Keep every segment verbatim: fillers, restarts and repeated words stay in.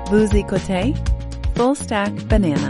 Vous écoutez Full Stack Banana.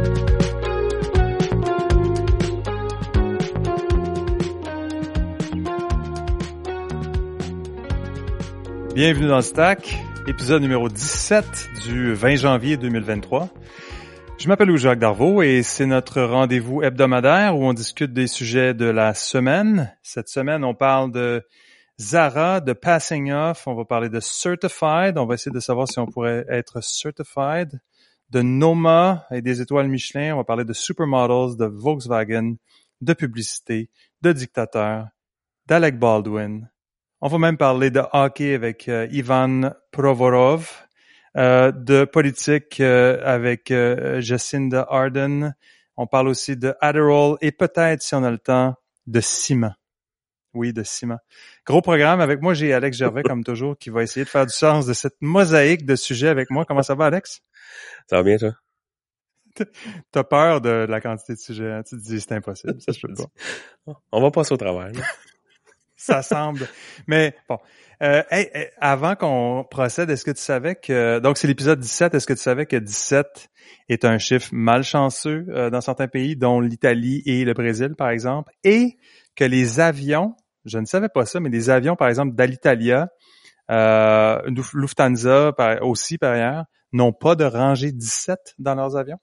Bienvenue dans le Stack, épisode numéro dix-sept du vingt janvier deux mille vingt-trois. Je m'appelle Louis-Jacques Darvaux et c'est notre rendez-vous hebdomadaire où on discute des sujets de la semaine. Cette semaine, on parle de Zara, de Passing Off, on va parler de Certified, on va essayer de savoir si on pourrait être Certified, de Noma et des étoiles Michelin, on va parler de Supermodels, de Volkswagen, de publicité, de dictateur, d'Alec Baldwin. On va même parler de hockey avec euh, Ivan Provorov, euh, de politique euh, avec euh, Jacinda Ardern. On parle aussi de Adderall et peut-être, si on a le temps, de ciment. Oui, de ciment. Gros programme. Avec moi, j'ai Alex Gervais, comme toujours, qui va essayer de faire du sens de cette mosaïque de sujets avec moi. Comment ça va, Alex? Ça va bien, toi? T'as peur de la quantité de sujets, hein? Tu te dis, c'est impossible, ça je peux pas. On va passer au travail. Ça semble. Mais bon, euh, hey, hey, avant qu'on procède, est-ce que tu savais que... Donc, c'est l'épisode dix-sept. Est-ce que tu savais que dix-sept est un chiffre malchanceux euh, dans certains pays, dont l'Italie et le Brésil, par exemple, et que les avions, je ne savais pas ça, mais les avions, par exemple, d'Alitalia, euh, Lufthansa par, aussi, par ailleurs, n'ont pas de rangée dix-sept dans leurs avions?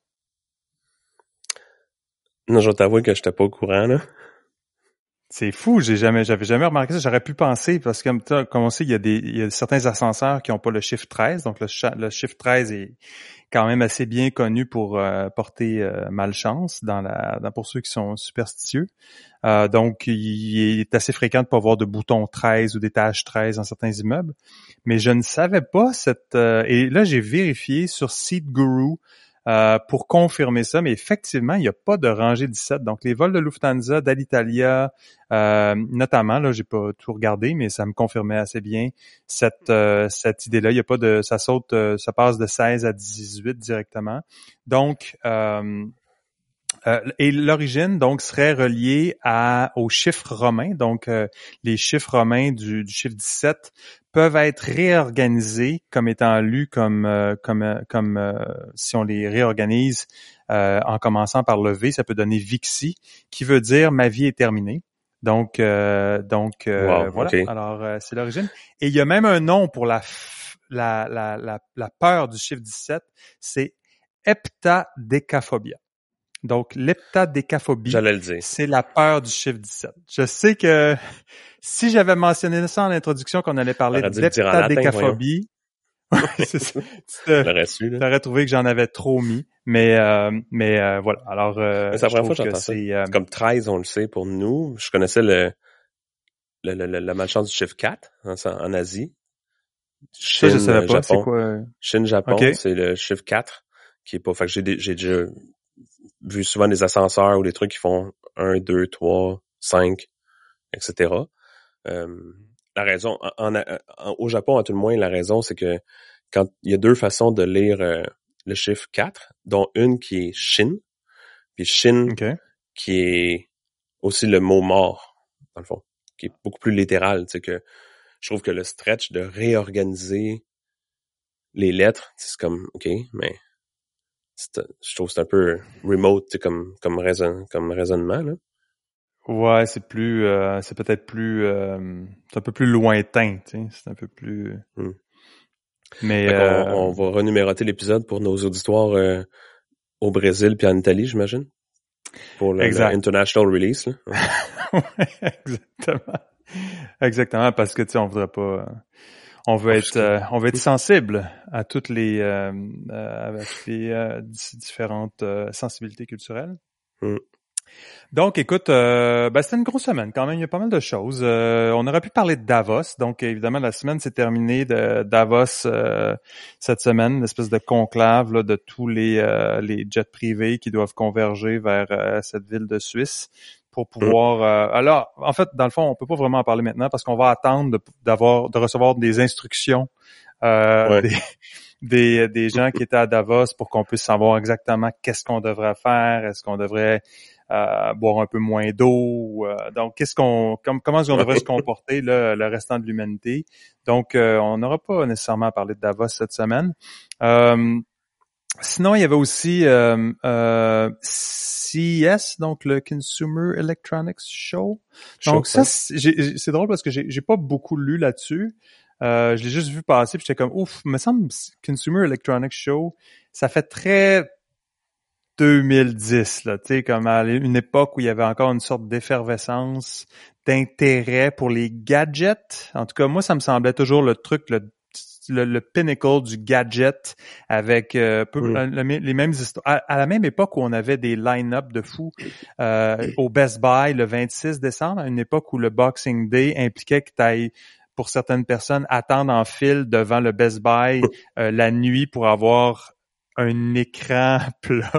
Non, je vais t'avouer que je n'étais pas au courant, là. C'est fou, j'ai jamais, j'avais jamais remarqué ça. J'aurais pu penser parce que comme, comme on sait, il y a des, il y a certains ascenseurs qui n'ont pas le chiffre treize, donc le, le chiffre treize est quand même assez bien connu pour euh, porter euh, malchance dans la, dans, pour ceux qui sont superstitieux. Euh, donc, il est assez fréquent de pas voir de bouton treize ou d'étage treize dans certains immeubles. Mais je ne savais pas cette. Euh, et là, j'ai vérifié sur SeatGuru. Euh, pour confirmer ça, mais effectivement, il n'y a pas de rangée dix-sept. Donc, les vols de Lufthansa, d'Alitalia, euh, notamment, là, j'ai pas tout regardé, mais ça me confirmait assez bien cette euh, cette idée-là. Il y a pas de, ça saute, euh, ça passe de seize à dix-huit directement. Donc, euh, Euh, et l'origine, donc, serait reliée à, aux chiffres romains. Donc, euh, les chiffres romains du, du chiffre dix-sept peuvent être réorganisés comme étant lus comme, euh, comme, euh, comme euh, si on les réorganise euh, en commençant par le V, ça peut donner Vixi, qui veut dire « ma vie est terminée ». Donc, euh, donc euh, wow, voilà. okay. Alors, euh, c'est l'origine. Et il y a même un nom pour la, la, la, la, la peur du chiffre dix-sept, c'est heptadécaphobia. Donc, l'heptadécaphobie, J'allais le dire. C'est la peur du chiffre dix-sept. Je sais que si j'avais mentionné ça en introduction, qu'on allait parler de l'heptadécaphobie, c'est ça, tu aurais trouvé que j'en avais trop mis, mais euh, mais euh, voilà. Alors, euh, c'est la première fois que j'entends que ça. C'est, euh... c'est comme treize, on le sait pour nous. Je connaissais le, le, le, le la malchance du chiffre quatre en, en Asie. Chine, ça, je savais pas. Japon. C'est quoi? Chine, Japon, okay. C'est le chiffre quatre qui est pas. Fait que j'ai, j'ai déjà vu souvent des ascenseurs ou des trucs qui font un, deux, trois, cinq, et cetera. Euh, la raison, en, en, en, au Japon, à tout le moins, la raison, c'est que quand il y a deux façons de lire euh, le chiffre quatre, dont une qui est Shin, puis Shin okay. qui est aussi le mot mort, dans le fond, qui est beaucoup plus littéral. Tu sais, que je trouve que le stretch de réorganiser les lettres, c'est comme, OK, mais c'est, je trouve que c'est un peu remote, tu sais, comme, comme, raison, comme raisonnement, là. Ouais, c'est plus, euh, c'est peut-être plus, euh, c'est un peu plus lointain, tu sais, c'est un peu plus. Hmm. Mais euh... on, on va renuméroter l'épisode pour nos auditoires euh, au Brésil puis en Italie, j'imagine, pour le, le international release. Là. Ouais, exactement, exactement, parce que tu sais, on voudrait pas, on veut être, euh, on veut être sensible à toutes les, euh, euh, avec les euh, différentes euh, sensibilités culturelles. Hmm. Donc, écoute, euh, ben, c'était une grosse semaine quand même. Il y a pas mal de choses. Euh, on aurait pu parler de Davos. Donc, évidemment, la semaine s'est terminée de Davos euh, cette semaine, une espèce de conclave là, de tous les euh, les jets privés qui doivent converger vers euh, cette ville de Suisse pour pouvoir. Euh, alors, en fait, dans le fond, on peut pas vraiment en parler maintenant parce qu'on va attendre de, d'avoir de recevoir des instructions euh, ouais. des Des, des gens qui étaient à Davos pour qu'on puisse savoir exactement qu'est-ce qu'on devrait faire, est-ce qu'on devrait euh, boire un peu moins d'eau. Euh, donc, qu'est-ce qu'on, com- comment est-ce qu'on devrait se comporter là, le restant de l'humanité? Donc, euh, on n'aura pas nécessairement parlé de Davos cette semaine. Euh, Sinon, il y avait aussi euh, euh, C E S, donc le Consumer Electronics Show. Donc Show, ça, ouais. c'est, j'ai, c'est drôle parce que j'ai, j'ai pas beaucoup lu là-dessus. Euh, je l'ai juste vu passer, puis j'étais comme, ouf, me semble Consumer Electronics Show, ça fait très deux mille dix, là, tu sais, comme à une époque où il y avait encore une sorte d'effervescence, d'intérêt pour les gadgets. En tout cas, moi, ça me semblait toujours le truc, le Le, le pinnacle du gadget avec euh, peu, Mm. le, les mêmes histoires. À, à la même époque où on avait des line-up de fous euh, au Best Buy le vingt-six décembre, à une époque où le Boxing Day impliquait que tu ailles, pour certaines personnes, attendre en file devant le Best Buy euh, la nuit pour avoir un écran plat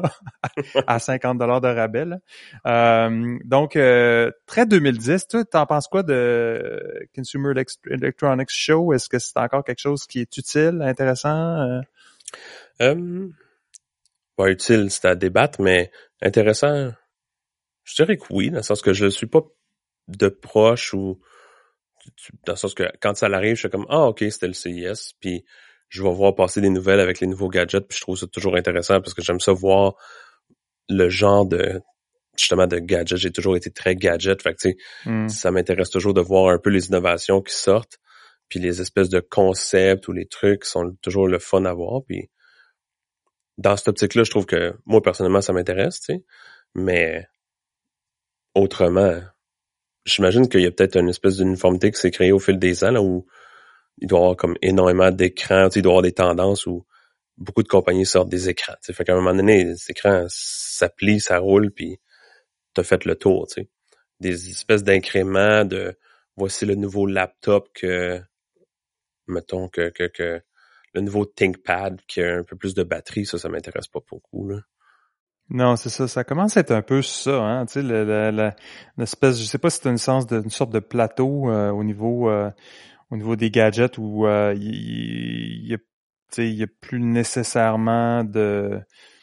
à cinquante dollars de rabais. Là. Euh, donc, euh, très deux mille dix. Toi, t'en penses quoi de Consumer Electronics Show? Est-ce que c'est encore quelque chose qui est utile, intéressant? Euh... Um, pas utile, c'est à débattre, mais intéressant. Je dirais que oui, dans le sens que je ne suis pas de proche ou dans le sens que quand ça arrive, je suis comme ah ok, c'était le C E S, puis je vais voir passer des nouvelles avec les nouveaux gadgets, puis je trouve ça toujours intéressant parce que j'aime ça voir le genre de justement de gadgets. J'ai toujours été très gadget, fait que tu sais, Mm. ça m'intéresse toujours de voir un peu les innovations qui sortent, puis les espèces de concepts ou les trucs sont toujours le fun à voir, puis dans cette optique-là, je trouve que moi personnellement ça m'intéresse, tu sais, mais autrement, j'imagine qu'il y a peut-être une espèce d'uniformité qui s'est créée au fil des ans, là, où il doit y avoir comme énormément d'écrans, tu sais, il doit y avoir des tendances où beaucoup de compagnies sortent des écrans, tu sais. Fait qu'à un moment donné, les écrans, ça plie, ça roule, puis t'as fait le tour, tu sais. Des espèces d'incréments de voici le nouveau laptop que, mettons, que, que, que le nouveau ThinkPad qui a un peu plus de batterie, ça, ça m'intéresse pas beaucoup, là. Non, c'est ça. Ça commence à être un peu ça, hein. Tu sais, le, le, le, l'espèce, je sais pas si c'est une, sens de, une sorte de plateau euh, au niveau euh, au niveau des gadgets où euh, il, il y a, tu sais, il y a plus nécessairement de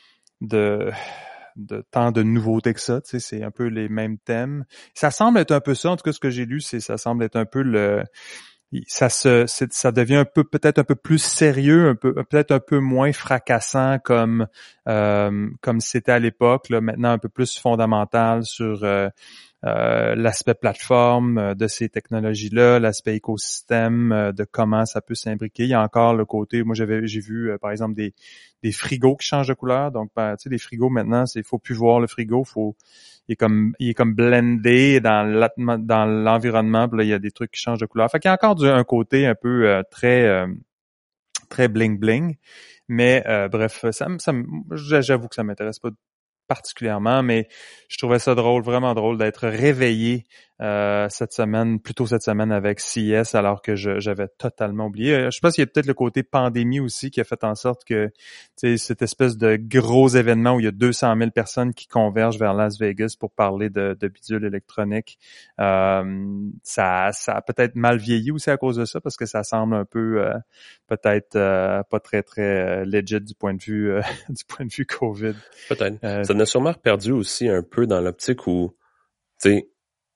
de de tant de nouveautés que ça, tu sais, c'est un peu les mêmes thèmes. Ça semble être un peu ça, en tout cas ce que j'ai lu, c'est ça semble être un peu le ça se c'est, ça devient un peu peut-être un peu plus sérieux, un peu peut-être un peu moins fracassant comme euh, comme c'était à l'époque, là, maintenant un peu plus fondamental sur euh, euh, l'aspect plateforme euh, de ces technologies-là, l'aspect écosystème, euh, de comment ça peut s'imbriquer. Il y a encore le côté, moi j'avais j'ai vu euh, par exemple des des frigos qui changent de couleur. Donc ben, tu sais, les frigos maintenant, c'est faut plus voir le frigo, faut il est comme il est comme blendé dans dans l'environnement, puis là il y a des trucs qui changent de couleur. Fait qu'il y a encore du, un côté un peu euh, très euh, très bling bling. Mais euh, bref, ça, ça j'avoue que ça m'intéresse pas particulièrement, mais je trouvais ça drôle, vraiment drôle d'être réveillé euh, cette semaine, plutôt cette semaine avec C E S, alors que je, j'avais totalement oublié. Je pense qu'il y a peut-être le côté pandémie aussi qui a fait en sorte que, tu sais, cette espèce de gros événement où il y a deux cent mille personnes qui convergent vers Las Vegas pour parler de, de bidules électroniques, euh, ça, ça a peut-être mal vieilli aussi à cause de ça, parce que ça semble un peu euh, peut-être euh, pas très très euh, legit du point de vue euh, du point de vue COVID. Peut-être. Euh, Ça en a sûrement perdu aussi un peu dans l'optique où, tu sais,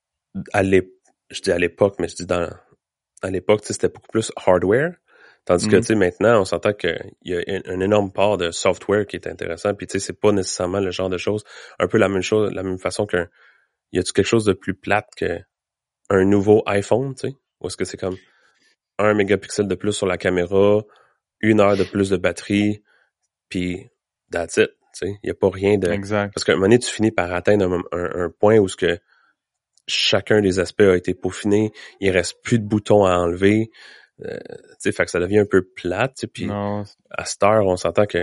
à l'époque, je dis à l'époque, mais je dis dans, à l'époque, tu sais, c'était beaucoup plus hardware. Tandis que, Mm. tu sais, maintenant, on s'entend qu'il y a un, un énorme part de software qui est intéressant. Puis, tu sais, c'est pas nécessairement le genre de choses, un peu la même chose, la même façon qu'un, y a-tu quelque chose de plus plate que un nouveau iPhone, tu sais? Ou est-ce que c'est comme un mégapixel de plus sur la caméra, une heure de plus de batterie, puis that's it. Il n'y a pas rien de... Exact. Parce qu'à un moment donné, tu finis par atteindre un, un, un point où ce que chacun des aspects a été peaufiné, il reste plus de boutons à enlever. Euh, fait que ça devient un peu plate. Puis Non. à cette heure, on s'entend que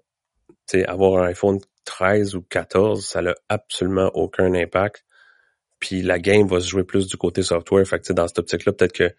avoir un iPhone treize ou quatorze, ça n'a absolument aucun impact. Puis la game va se jouer plus du côté software. Fait que dans cette optique-là, peut-être que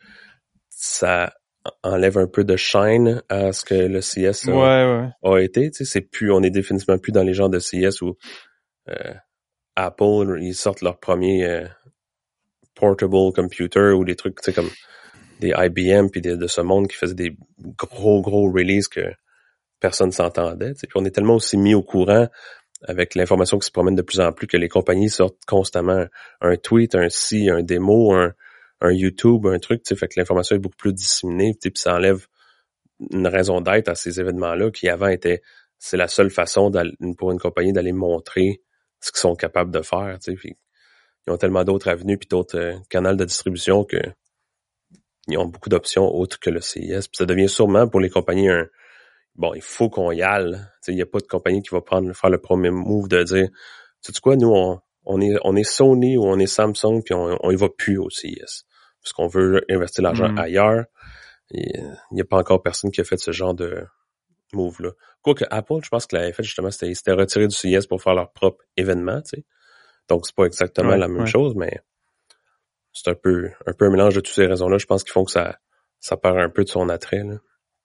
ça enlève un peu de shine à ce que le C E S a, ouais, ouais. a été. C'est plus, on est définitivement plus dans les genres de C E S où euh, Apple, ils sortent leur premier euh, portable computer ou des trucs, tu sais, comme des I B M puis de, de ce monde qui faisait des gros, gros releases que personne s'entendait. Puis on est tellement aussi mis au courant avec l'information qui se promène de plus en plus, que les compagnies sortent constamment un tweet, un si, un démo, un, un YouTube, un truc, tu sais, fait que l'information est beaucoup plus disséminée, puis ça enlève une raison d'être à ces événements-là qui avant étaient, c'est la seule façon pour une compagnie d'aller montrer ce qu'ils sont capables de faire, tu sais, puis ils ont tellement d'autres avenues puis d'autres euh, canaux de distribution que ils ont beaucoup d'options autres que le C I S. Puis ça devient sûrement pour les compagnies un bon, il faut qu'on y aille. Il n'y a pas de compagnie qui va prendre faire le premier move de dire, tu sais quoi, nous on, on est on est Sony ou on est Samsung puis on on y va plus au C I S parce qu'on veut investir l'argent mm. ailleurs. Il n'y a pas encore personne qui a fait ce genre de move là. Quoique Apple, je pense que l'avait fait justement, c'était c'était retiré du C I S pour faire leur propre événement, tu sais. Donc c'est pas exactement ouais, la même ouais. chose, mais c'est un peu un peu un mélange de toutes ces raisons-là, je pense, qui font que ça ça perd un peu de son attrait là.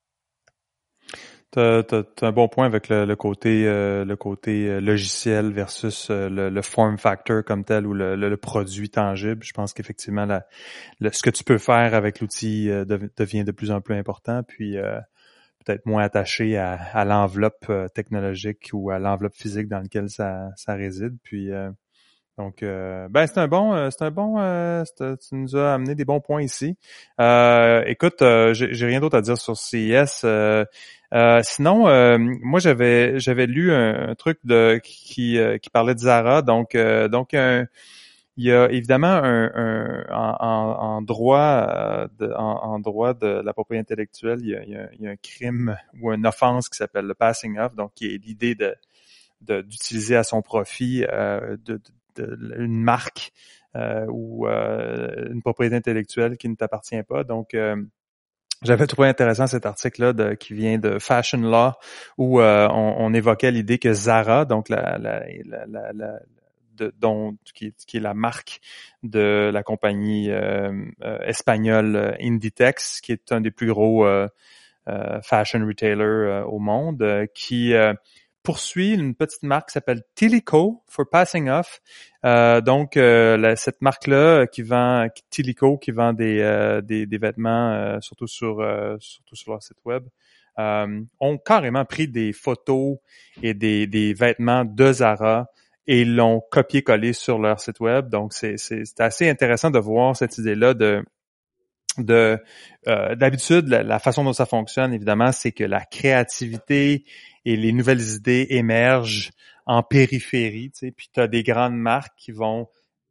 T'as, t'as, t'as un bon point avec le, le côté euh, le côté logiciel versus euh, le, le form factor comme tel ou le, le, le produit tangible. Je pense qu'effectivement la, le, ce que tu peux faire avec l'outil euh, dev, devient de plus en plus important, puis euh, peut-être moins attaché à, à l'enveloppe euh, technologique ou à l'enveloppe physique dans laquelle ça, ça réside. Puis euh, donc, euh, ben c'est un bon, euh, c'est un bon, euh, c'est, tu nous as amené des bons points ici. Euh, écoute, euh, j'ai, j'ai rien d'autre à dire sur C I S. Euh, euh, sinon, euh, moi j'avais, j'avais lu un, un truc de qui, euh, qui parlait de Zara. Donc, euh, donc un, il y a évidemment un, un en, en, en droit, euh, de, en, en droit de la propriété intellectuelle, il y a, il y a, il y a un crime ou une offense qui s'appelle le passing off, donc qui est l'idée de, de d'utiliser à son profit euh, de, de une marque euh, ou euh, une propriété intellectuelle qui ne t'appartient pas. Donc, euh, j'avais trouvé intéressant cet article-là de, qui vient de Fashion Law où euh, on, on évoquait l'idée que Zara, donc la, la, la, la, la de, dont, qui, qui est la marque de la compagnie euh, euh, espagnole Inditex, qui est un des plus gros euh, euh, fashion retailers euh, au monde, euh, qui euh, poursuit une petite marque qui s'appelle Tilico for Passing Off. Euh, donc, euh, la, cette marque-là qui vend, Tilico, qui vend des, euh, des, des vêtements, euh, surtout sur euh, surtout sur leur site web, euh, ont carrément pris des photos et des, des vêtements de Zara et l'ont copié-collé sur leur site web. Donc, c'est, c'est, c'est assez intéressant de voir cette idée-là de de euh, d'habitude la, la façon dont ça fonctionne évidemment, c'est que la créativité et les nouvelles idées émergent en périphérie, tu sais, puis tu as des grandes marques qui vont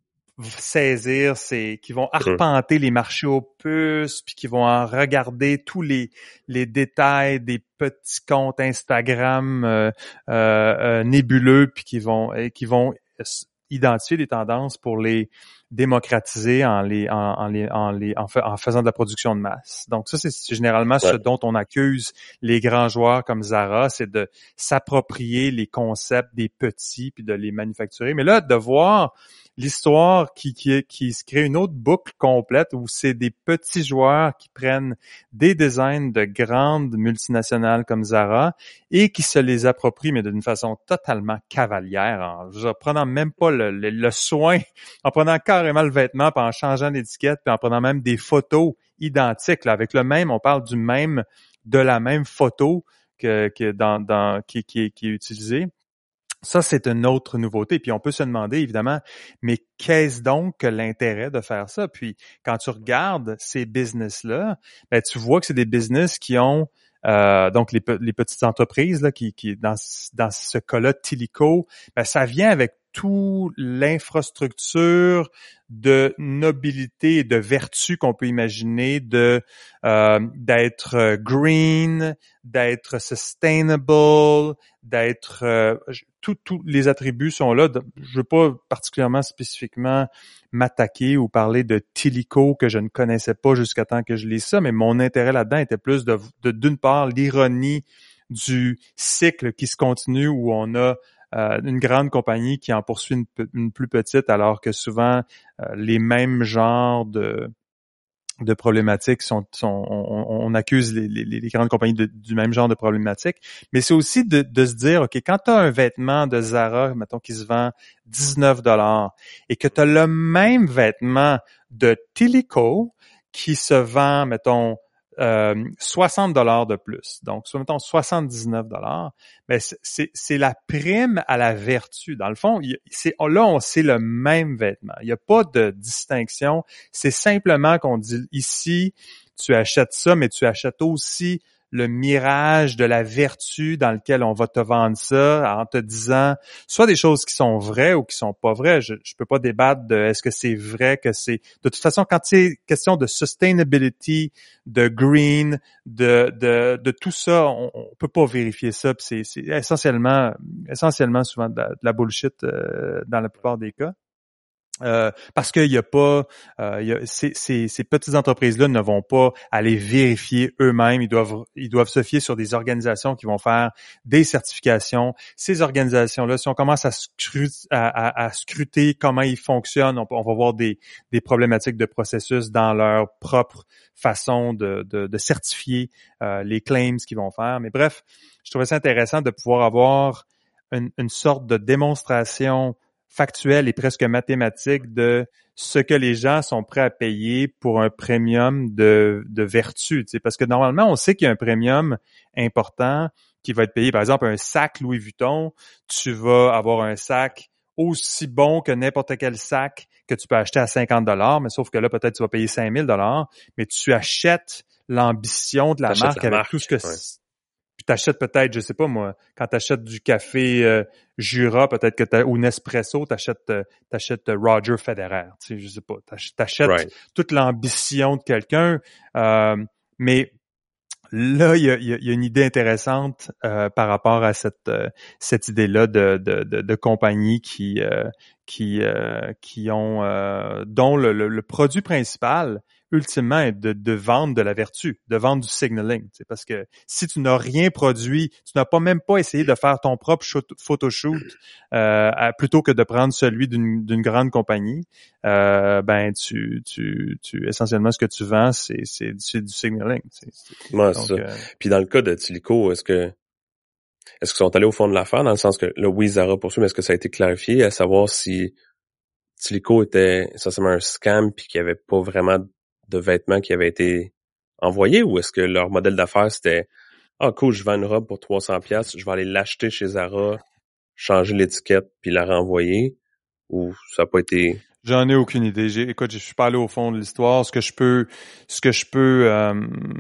saisir ces qui vont arpenter les marchés aux puces, puis qui vont en regarder tous les les détails des petits comptes Instagram euh, euh, euh, nébuleux, puis qui vont et qui vont identifier des tendances pour les démocratiser en les en, en les en les en, fa- en faisant de la production de masse. Donc ça, c'est généralement ouais. ce dont on accuse les grands joueurs comme Zara, c'est de s'approprier les concepts des petits puis de les manufacturer. Mais là, de voir l'histoire qui qui qui se crée une autre boucle complète où c'est des petits joueurs qui prennent des designs de grandes multinationales comme Zara et qui se les approprient, mais d'une façon totalement cavalière, en je prenant même pas le, le, le soin, en prenant carrément le vêtement, puis en changeant d'étiquette, puis en prenant même des photos identiques, là, avec le même, on parle du même, de la même photo que, que dans, dans qui, qui, qui est utilisée. Ça, c'est une autre nouveauté. Puis on peut se demander, évidemment, mais qu'est-ce donc que l'intérêt de faire ça? Puis quand tu regardes ces business-là, ben, tu vois que c'est des business qui ont euh, donc les, les petites entreprises là, qui, qui dans, dans ce cas-là, Tilico, ben, ça vient avec toute l'infrastructure de nobilité et de vertu qu'on peut imaginer, de euh, d'être green, d'être sustainable, d'être euh, tous tous les attributs sont là. Je veux pas particulièrement spécifiquement m'attaquer ou parler de Tilico que je ne connaissais pas jusqu'à temps que je lise ça, mais mon intérêt là-dedans était plus de, de d'une part l'ironie du cycle qui se continue où on a Euh, une grande compagnie qui en poursuit une, une plus petite, alors que souvent euh, les mêmes genres de de problématiques sont, sont on, on accuse les, les, les grandes compagnies de, du même genre de problématiques, mais c'est aussi de, de se dire, OK, quand tu as un vêtement de Zara, mettons, qui se vend dix-neuf dollars et que tu as le même vêtement de Tilico qui se vend, mettons, euh, soixante dollars de plus. Donc, soit mettons soixante-dix-neuf dollars, ben c'est c'est la prime à la vertu. Dans le fond, c'est là on sait le même vêtement. Il n'y a pas de distinction. C'est simplement qu'on dit ici, tu achètes ça, mais tu achètes aussi le mirage de la vertu dans lequel on va te vendre ça en te disant soit des choses qui sont vraies ou qui sont pas vraies. Je, je peux pas débattre de est-ce que c'est vrai que c'est... De toute façon, quand c'est question de sustainability, de green, de de, de tout ça, on, on peut pas vérifier ça. Puis c'est, c'est essentiellement, essentiellement souvent de la, de la bullshit euh, dans la plupart des cas. Euh, parce qu'il y a pas, euh, y a, ces, ces, ces petites entreprises-là ne vont pas aller vérifier eux-mêmes. Ils doivent, ils doivent se fier sur des organisations qui vont faire des certifications. Ces organisations-là, si on commence à, scrut, à, à, à scruter comment ils fonctionnent, on, on va voir des, des problématiques de processus dans leur propre façon de, de, de certifier euh, les claims qu'ils vont faire. Mais bref, je trouvais ça intéressant de pouvoir avoir une, une sorte de démonstration factuel et presque mathématique de ce que les gens sont prêts à payer pour un premium de, de vertu. Tu sais, parce que normalement, on sait qu'il y a un premium important qui va être payé. Par exemple, un sac Louis Vuitton, tu vas avoir un sac aussi bon que n'importe quel sac que tu peux acheter à cinquante dollars, mais sauf que là, peut-être tu vas payer cinq mille dollars, mais tu achètes l'ambition de la T'achètes marque la avec marque, tout ce que... ouais. Puis t'achètes peut-être, je sais pas moi, quand t'achètes du café euh, Jura, peut-être que t'as, ou Nespresso, t'achètes, euh, t'achètes Roger Federer, tu sais, je sais pas. T'achètes, t'achètes Right. toute l'ambition de quelqu'un, euh, mais là, il y a, il y a une idée intéressante euh, par rapport à cette euh, cette idée-là de de, de, de compagnies qui euh, qui euh, qui ont euh, dont le, le, le produit principal ultimement est de, de vendre de la vertu, de vendre du signaling. Tu sais, parce que si tu n'as rien produit, tu n'as pas même pas essayé de faire ton propre photoshoot euh, à, plutôt que de prendre celui d'une, d'une grande compagnie, euh, ben tu, tu, tu essentiellement ce que tu vends, c'est, c'est, c'est du signaling. C'est, c'est, Ouais, donc, c'est ça. euh, Puis dans le cas de Tilico, est-ce que est-ce qu'ils sont allés au fond de l'affaire, dans le sens que là, oui, Zara poursuit, mais est-ce que ça a été clarifié à savoir si Tilico était essentiellement un scam puis qu'il n'y avait pas vraiment de vêtements qui avaient été envoyés, ou est-ce que leur modèle d'affaires c'était « Ah cool, je vends une robe pour trois cents piastres, je vais aller l'acheter chez Zara, changer l'étiquette puis la renvoyer », ou ça n'a pas été... J'en ai aucune idée. J'ai, écoute, je suis pas allé au fond de l'histoire. Ce que je peux, ce que je peux, euh,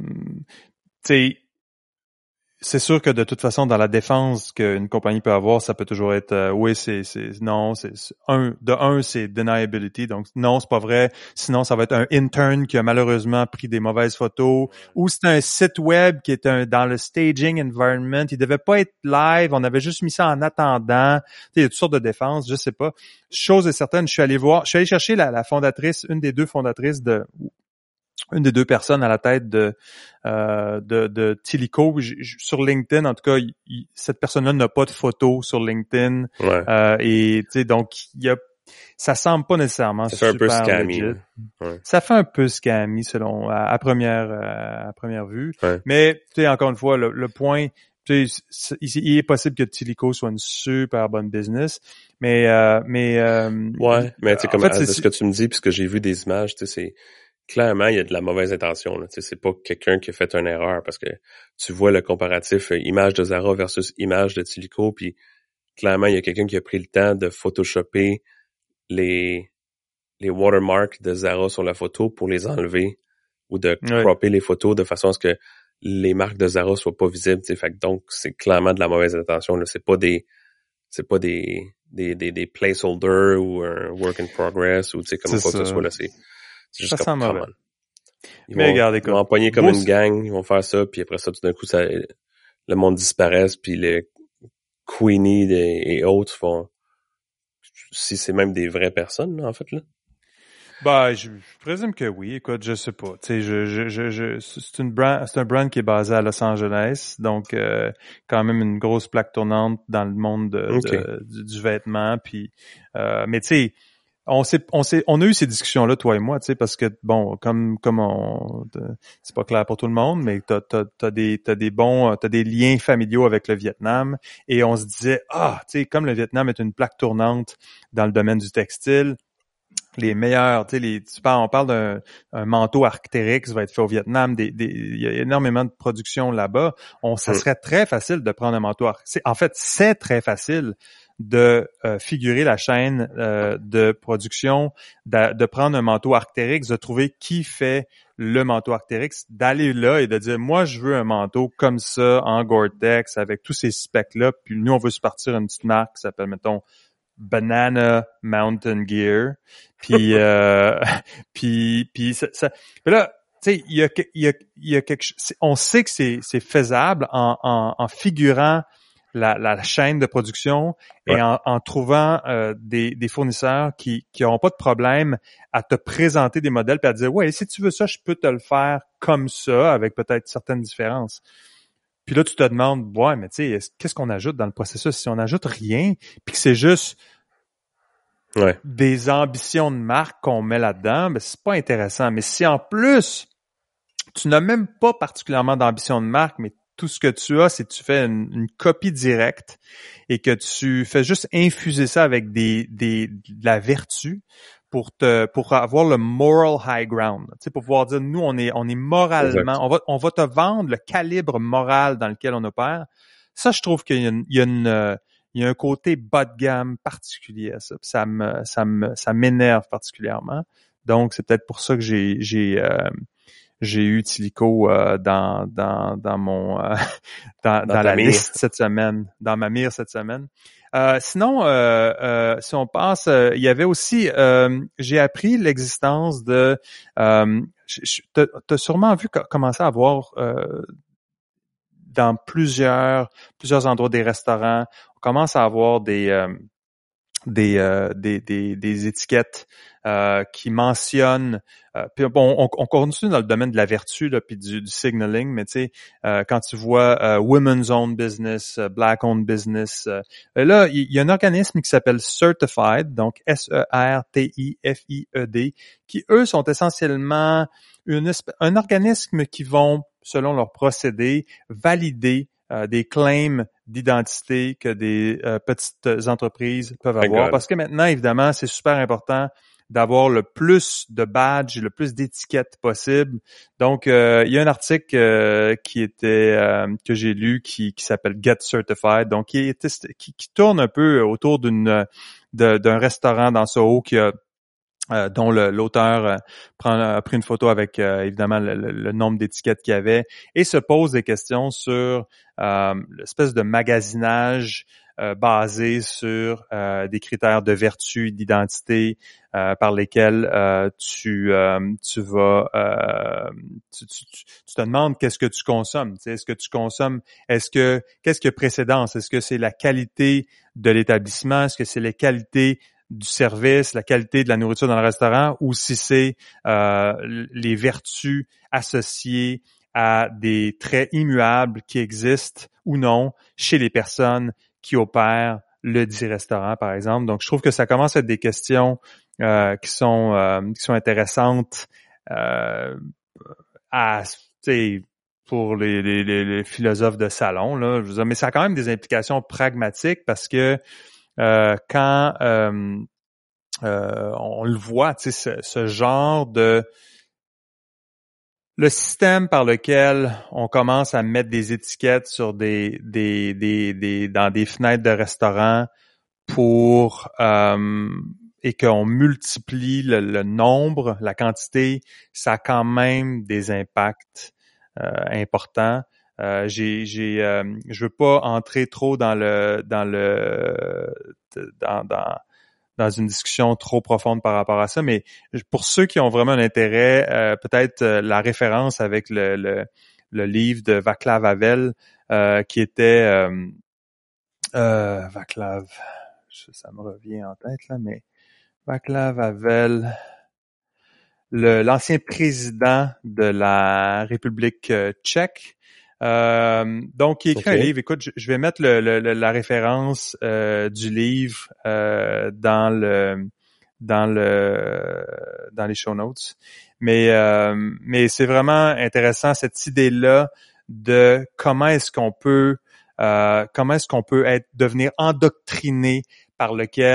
tu sais, c'est sûr que de toute façon, dans la défense qu'une compagnie peut avoir, ça peut toujours être euh, oui, c'est c'est non, c'est, c'est un de un, c'est deniability, donc non, c'est pas vrai. Sinon, ça va être un intern qui a malheureusement pris des mauvaises photos, ou c'est un site web qui est un dans le staging environment, il devait pas être live, on avait juste mis ça en attendant. Tu sais, il y a toutes sortes de défenses, je sais pas. Chose est certaine, je suis allé voir, je suis allé chercher la, la fondatrice, une des deux fondatrices de une des deux personnes à la tête de euh, de, de Tilico. J- j- sur LinkedIn, en tout cas, il, il, cette personne-là n'a pas de photo sur LinkedIn. Ouais. Euh, et tu sais, donc il y a, ça semble pas nécessairement Ça fait un peu super scammy. legit. Ouais. Ça fait un peu scammy selon à, à première euh, à première vue. Ouais. Mais tu sais, encore une fois, le, le point, tu sais, il, il est possible que Tilico soit une super bonne business, mais euh, mais euh, Ouais, mais tu sais, comme en fait, de c'est, ce que tu me dis, puisque j'ai vu des images, tu sais, c'est clairement, il y a de la mauvaise intention. Là. Tu sais, c'est pas quelqu'un qui a fait une erreur, parce que tu vois le comparatif euh, image de Zara versus image de Tilico, puis clairement, il y a quelqu'un qui a pris le temps de photoshopper les les watermarks de Zara sur la photo pour les enlever, ou de ouais. cropper les photos de façon à ce que les marques de Zara soient pas visibles. Tu sais, fait que donc, c'est clairement de la mauvaise intention. Là. C'est pas des c'est pas des des des, des placeholders ou un work in progress ou tu sais comme C'est quoi que ce ça. soit là. C'est C'est juste Ça comme, sent come mauvais. on. Ils Mais vont, regarde, ils vont écoute, empoigner comme beau- une gang, ils vont faire ça, puis après ça, tout d'un coup, ça, le monde disparaisse, puis les Queenie et autres vont, si c'est même des vraies personnes, là, en fait, là. Bah, je, je présume que oui. Écoute, je sais pas. Tu sais, je, je, je, je, c'est une brand, c'est un brand qui est basé à Los Angeles, donc euh, quand même une grosse plaque tournante dans le monde de, Okay. de- du, du vêtement. Puis, euh, mais tu sais, on sait, on sait, on a eu ces discussions-là, toi et moi, tu sais, parce que bon, comme, comme on, c'est pas clair pour tout le monde, mais t'as, t'as, t'as des, t'as des bons, t'as des liens familiaux avec le Vietnam, et on se disait, ah, tu sais, comme le Vietnam est une plaque tournante dans le domaine du textile. les meilleurs, tu sais, les, tu parles, on parle d'un un manteau Arc'teryx va être fait au Vietnam, des, des, il y a énormément de production là-bas. On, ça serait très facile de prendre un manteau Arc'teryx. En fait, c'est très facile de euh, figurer la chaîne euh, de production, de, de prendre un manteau Arc'teryx, de trouver qui fait le manteau Arc'teryx, d'aller là et de dire, moi, je veux un manteau comme ça, en Gore-Tex, avec tous ces specs-là, puis nous, on veut se partir une petite marque qui s'appelle, mettons, Banana Mountain Gear, puis euh, puis puis ça, ça puis là, tu sais, il y a il y a il y a quelque chose, on sait que c'est c'est faisable en en, en figurant la, la chaîne de production et ouais. en, en trouvant euh, des des fournisseurs qui qui n'auront pas de problème à te présenter des modèles puis à te dire ouais, si tu veux ça, je peux te le faire comme ça avec peut-être certaines différences. Puis là, tu te demandes, ouais, mais tu sais, qu'est-ce qu'on ajoute dans le processus? Si on n'ajoute rien, puis que c'est juste ouais. des ambitions de marque qu'on met là-dedans, ben c'est pas intéressant. Mais si en plus, tu n'as même pas particulièrement d'ambition de marque, mais tout ce que tu as, c'est que tu fais une, une copie directe et que tu fais juste infuser ça avec des, des de la vertu pour te pour avoir le moral high ground, tu sais, pour pouvoir dire nous on est on est moralement exact. on va on va te vendre le calibre moral dans lequel on opère. Ça, je trouve qu'il y a une, il y a une il y a un côté bas de gamme particulier à ça. Puis ça me ça me ça m'énerve particulièrement. Donc c'est peut-être pour ça que j'ai j'ai euh, j'ai eu Tilico euh, dans dans dans mon euh, dans, dans, dans la mire. liste cette semaine, dans ma mire cette semaine. Euh, sinon, euh, euh, si on passe, euh, il y avait aussi, euh, j'ai appris l'existence de, euh, tu as sûrement vu commencer à voir euh, dans plusieurs plusieurs endroits des restaurants, on commence à avoir des euh, des, euh, des des des étiquettes euh, qui mentionnent euh, puis bon on, on continue dans le domaine de la vertu là puis du, du signaling, mais tu sais euh, quand tu vois euh, women's owned business, uh, black owned business, euh, là il y, y a un organisme qui s'appelle Certified, donc S E R T I F I E D, qui eux sont essentiellement une, un organisme qui vont selon leurs procédés valider Euh, des claims d'identité que des euh, petites entreprises peuvent avoir. Parce que maintenant, évidemment, c'est super important d'avoir le plus de badges, le plus d'étiquettes possible. Donc, euh, il y a un article euh, qui était euh, que j'ai lu qui, qui s'appelle Get Certified, donc qui, était, qui, qui tourne un peu autour d'une de, d'un restaurant dans Soho qui a Euh, dont le, l'auteur euh, prend, a pris une photo avec euh, évidemment le, le, le nombre d'étiquettes qu'il y avait et se pose des questions sur euh, l'espèce de magasinage euh, basé sur euh, des critères de vertu et d'identité euh, par lesquels euh, tu euh, tu vas euh, tu, tu, tu te demandes qu'est-ce que tu consommes, tu sais, est-ce que tu consommes, est-ce que qu'est-ce que précédence, est-ce que c'est la qualité de l'établissement, est-ce que c'est les qualités du service, la qualité de la nourriture dans le restaurant, ou si c'est euh, les vertus associées à des traits immuables qui existent ou non chez les personnes qui opèrent le dit restaurant, par exemple. Donc, je trouve que ça commence à être des questions euh, qui sont euh, qui sont intéressantes euh, à, tu sais, pour les, les, les philosophes de salon, là. Je veux dire, mais ça a quand même des implications pragmatiques parce que Euh, quand euh, euh, on le voit, tu sais, ce, ce genre de le système par lequel on commence à mettre des étiquettes sur des des des, des dans des fenêtres de restaurants pour euh, et qu'on multiplie le, le nombre, la quantité, ça a quand même des impacts euh, importants. Euh, j'ai, j'ai, euh, je veux pas entrer trop dans le, dans le, dans, dans, dans une discussion trop profonde par rapport à ça, mais pour ceux qui ont vraiment un intérêt, euh, peut-être euh, la référence avec le, le, le livre de Václav Havel, euh, qui était euh, euh, Václav, ça me revient en tête là, mais Václav Havel, le, l'ancien président de la République tchèque. Euh, donc, il écrit okay. un livre. Écoute, je, je vais mettre le, le, la référence euh, du livre euh, dans le dans le dans les show notes. Mais euh, mais c'est vraiment intéressant cette idée-là de comment est-ce qu'on peut euh, comment est-ce qu'on peut être devenir endoctriné par lequel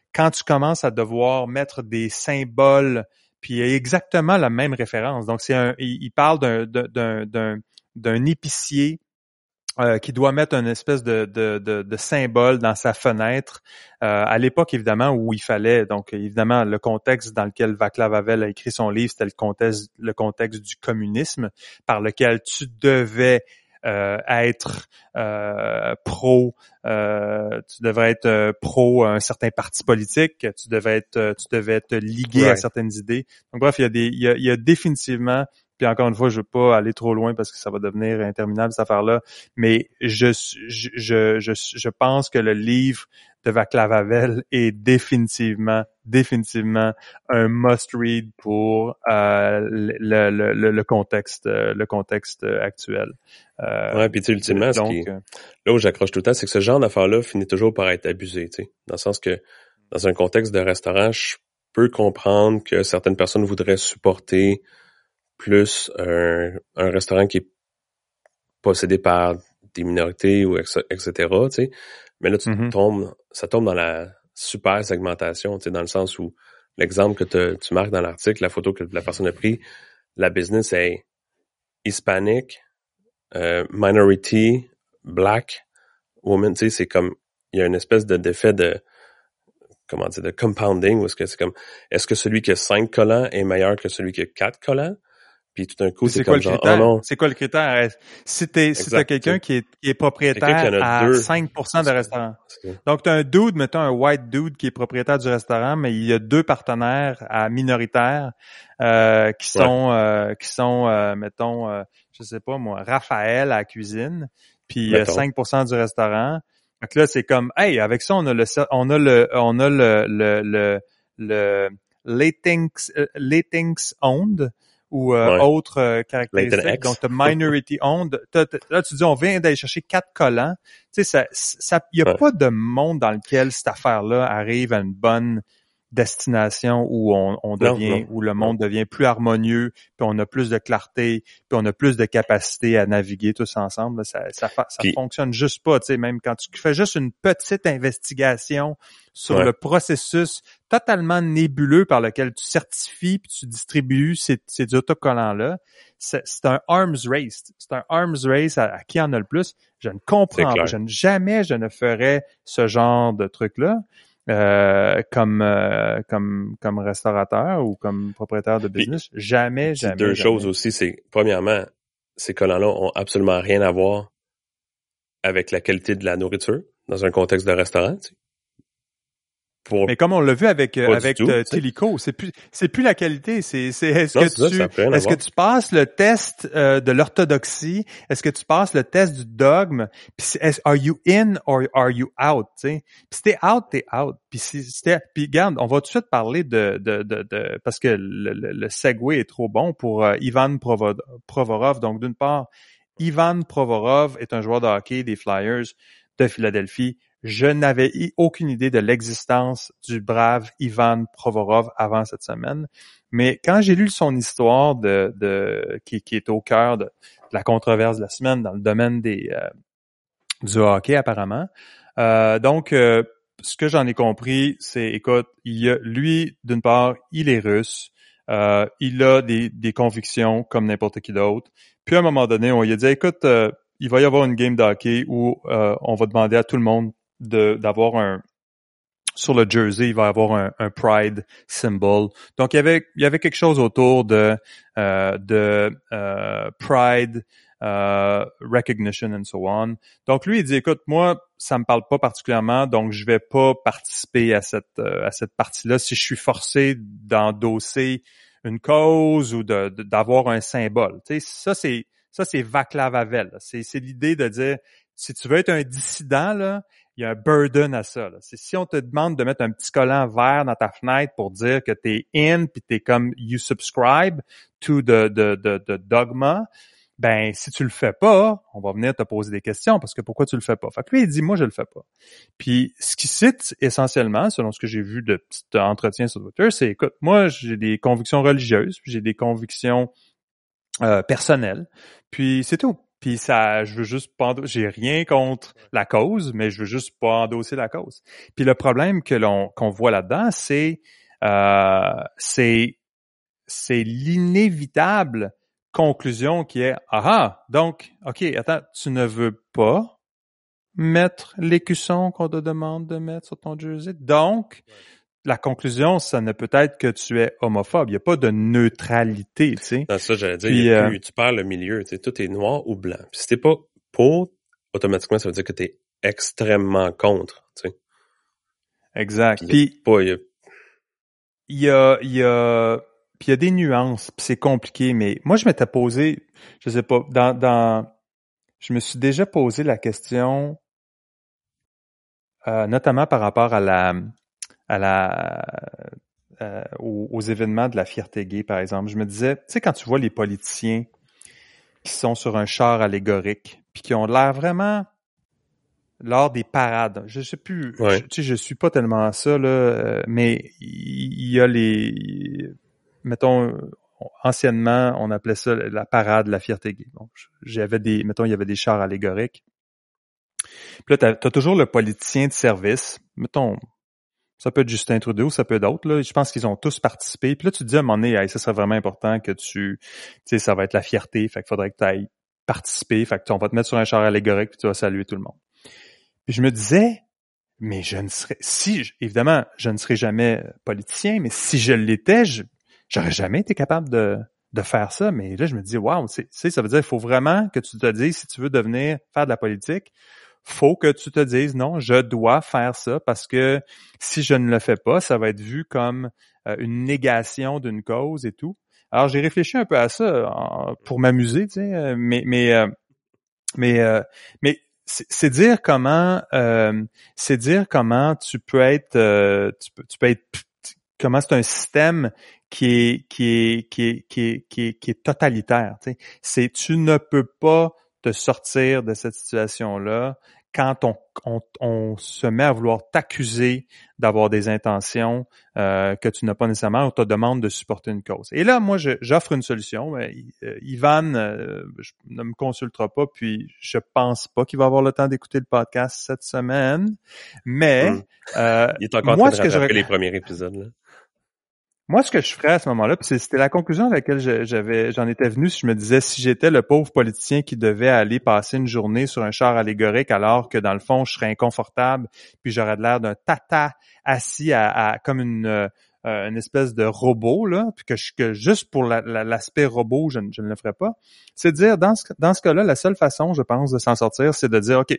quand tu commences à devoir mettre des symboles, puis il y a exactement la même référence. Donc, c'est un, il, il parle d'un, d'un, d'un, d'un épicier Euh, qui doit mettre une espèce de, de, de, de symbole dans sa fenêtre. Euh, à l'époque, évidemment, où il fallait, donc évidemment, le contexte dans lequel Václav Havel a écrit son livre, c'était le contexte, le contexte du communisme, par lequel tu devais euh, être euh, pro, euh, tu devrais être euh, pro un certain parti politique, tu devais être, tu devais te liguer Ouais. à certaines idées. Donc bref, il y a des, il y a, il y a définitivement. Puis encore une fois, je veux pas aller trop loin parce que ça va devenir interminable cette affaire-là. Mais je je je je, je pense que le livre de Václav Havel est définitivement définitivement un must-read pour euh, le, le, le, le contexte le contexte actuel. Euh, ouais, puis tu sais, ultimement, donc, ce qui, là où j'accroche tout le temps, c'est que ce genre d'affaire-là finit toujours par être abusé, tu sais, dans le sens que dans un contexte de restaurant, je peux comprendre que certaines personnes voudraient supporter plus un, un restaurant qui est possédé par des minorités ou et cetera, tu sais. Mais là, tu mm-hmm. tombes, ça tombe dans la super segmentation, tu sais, dans le sens où l'exemple que te, tu marques dans l'article, la photo que la personne a pris, la business est hispanic, euh, minority, black, woman, tu sais, c'est comme, il y a une espèce de d'effet de, comment dire, de compounding, où est-ce que c'est comme, est-ce que celui qui a cinq collants est meilleur que celui qui a quatre collants? Puis tout d'un coup, c'est, c'est quoi comme le genre, critère? oh non. C'est quoi le critère? Si t'es, si t'as quelqu'un qui est, qui est propriétaire qui à deux, cinq pour cent de restaurant. Donc, t'as un dude, mettons un white dude qui est propriétaire du restaurant, mais il y a deux partenaires à minoritaires, euh, qui sont, ouais. euh, qui sont, euh, mettons, euh, je sais pas moi, Raphaël à la cuisine, puis euh, cinq pour cent du restaurant. Donc là, c'est comme, hey, avec ça, on a le, on a le, on a le, le, le, le latinx, latinx owned, ou euh, ouais. autres euh, caractéristiques. Donc, tu as minority owned. T'as, t'as, là, tu dis, on vient d'aller chercher quatre collants. Tu sais, ça, ça, il y a ouais. pas de monde dans lequel cette affaire-là arrive à une bonne destination où on, on devient, non, non, où le monde non. devient plus harmonieux, puis on a plus de clarté, puis on a plus de capacité à naviguer tous ensemble. Là, ça, ça, ça puis, fonctionne juste pas. Tu sais, même quand tu fais juste une petite investigation sur ouais. le processus totalement nébuleux par lequel tu certifies puis tu distribues ces, ces autocollants-là, c'est, c'est un arms race. C'est un arms race à, à qui en a le plus. Je ne comprends pas. Je ne, jamais je ne ferais ce genre de truc-là. Euh, comme euh, comme comme restaurateur ou comme propriétaire de business, puis, jamais, jamais. Deux jamais. choses aussi, c'est premièrement, ces collants-là ont absolument rien à voir avec la qualité de la nourriture dans un contexte de restaurant. Tu sais. Pour... Mais comme on l'a vu avec euh, avec tout, euh, Telico, c'est plus c'est plus la qualité, c'est c'est est-ce non, que c'est tu ça, ça est-ce que tu passes le test euh, de l'orthodoxie, est-ce que tu passes le test du dogme, puis are you in or are you out, tu sais. Puis si t'es out, t'es out. Puis si c'était puis regarde, on va tout de suite parler de de de, de parce que le, le, le segue est trop bon pour euh, Ivan Provo, Provorov. Donc d'une part, Ivan Provorov est un joueur de hockey des Flyers de Philadelphie. Je n'avais aucune idée de l'existence du brave Ivan Provorov avant cette semaine. Mais quand j'ai lu son histoire de, de qui, qui est au cœur de, de la controverse de la semaine dans le domaine des euh, du hockey apparemment, euh, donc euh, ce que j'en ai compris, c'est, écoute, il a, lui, d'une part, il est russe, euh, il a des, des convictions comme n'importe qui d'autre. Puis à un moment donné, on lui a dit, écoute, euh, il va y avoir une game de hockey où euh, on va demander à tout le monde de d'avoir un sur le jersey, il va y avoir un, un pride symbol. Donc il y avait il y avait quelque chose autour de euh, de euh, pride uh, recognition and so on. Donc lui il dit écoute moi ça me parle pas particulièrement donc je vais pas participer à cette euh, à cette partie-là si je suis forcé d'endosser une cause ou de, de d'avoir un symbole. Tu sais ça c'est ça c'est Václav Havel. C'est c'est l'idée de dire si tu veux être un dissident là, il y a un burden à ça. Là. C'est si on te demande de mettre un petit collant vert dans ta fenêtre pour dire que t'es in puis t'es comme you subscribe to the, the, the, the dogma, ben si tu le fais pas, on va venir te poser des questions parce que pourquoi tu le fais pas. Fait que lui il dit moi je le fais pas. Puis ce qu'il cite essentiellement, selon ce que j'ai vu de petits entretiens sur Twitter, c'est écoute moi j'ai des convictions religieuses, puis j'ai des convictions euh, personnelles, puis c'est tout. Puis ça, je veux juste pas endosser, j'ai rien contre la cause, mais je veux juste pas endosser la cause. Puis le problème que l'on qu'on voit là-dedans, c'est euh, c'est c'est l'inévitable conclusion qui est ah ah, donc ok, attends, tu ne veux pas mettre l'écusson qu'on te demande de mettre sur ton jersey, donc la conclusion, ça ne peut être que tu es homophobe. Il n'y a pas de neutralité, tu sais. Dans ça, j'allais dire, Puis, il y a euh, plus, tu perds le milieu, tu sais, tout est noir ou blanc. Puis si t'es pas pour, automatiquement, ça veut dire que t'es extrêmement contre, tu sais. exact. Puis, Puis, pas, il y a... il y a, il y a, puis il y a des nuances, puis c'est compliqué, mais moi, je m'étais posé, je sais pas, dans, dans, je me suis déjà posé la question, euh, notamment par rapport à la, à la, euh, aux, aux événements de la fierté gay, par exemple. Je me disais, tu sais, quand tu vois les politiciens qui sont sur un char allégorique, puis qui ont l'air vraiment lors des parades. Je sais plus, Ouais. je, tu sais, je suis pas tellement ça là, euh, mais il, il y a les, mettons, anciennement, on appelait ça la parade, la fierté gay. Bon, j'avais des, mettons, il y avait des chars allégoriques. Puis là, t'as, t'as toujours le politicien de service, mettons. Ça peut être Justin Trudeau, ça peut être d'autres. Là. Je pense qu'ils ont tous participé. Puis là, tu te dis à un moment donné, hey, ça serait vraiment important que tu... Tu sais, ça va être la fierté. Fait qu'il faudrait que tu ailles participer. Fait que on va te mettre sur un char allégorique puis tu vas saluer tout le monde. Puis je me disais, mais je ne serais... Si, évidemment, je ne serais jamais politicien, mais si je l'étais, je, j'aurais jamais été capable de, de faire ça. Mais là, je me dis, waouh, tu sais, ça veut dire qu'il faut vraiment que tu te dises, si tu veux devenir, faire de la politique, faut que tu te dises non, je dois faire ça parce que si je ne le fais pas, ça va être vu comme euh, une négation d'une cause et tout. Alors j'ai réfléchi un peu à ça euh, pour m'amuser, tu sais, euh, mais mais euh, mais euh, mais c'est, c'est dire comment euh, c'est dire comment tu peux être euh, tu peux tu peux être comment c'est un système qui est qui est qui est qui est qui est, qui est totalitaire, tu sais. C'est tu ne peux pas te sortir de cette situation-là quand on, on, on se met à vouloir t'accuser d'avoir des intentions euh, que tu n'as pas nécessairement, on te demande de supporter une cause. Et là, moi, je, j'offre une solution. Euh, Ivan euh, je, ne me consultera pas, puis je pense pas qu'il va avoir le temps d'écouter le podcast cette semaine, mais... Hum. Euh, Il est encore moi, en train de ce que rattraper je... les premiers épisodes, là. Moi, ce que je ferais à ce moment-là, puis c'était la conclusion à laquelle je, j'avais, j'en étais venu, si je me disais, si j'étais le pauvre politicien qui devait aller passer une journée sur un char allégorique alors que, dans le fond, je serais inconfortable, puis j'aurais de l'air d'un tata assis à, à comme une, euh, une espèce de robot, là, puis que, je, que juste pour la, la, l'aspect robot, je, je ne le ferais pas, c'est de dire, dans ce, dans ce cas-là, la seule façon, je pense, de s'en sortir, c'est de dire, OK,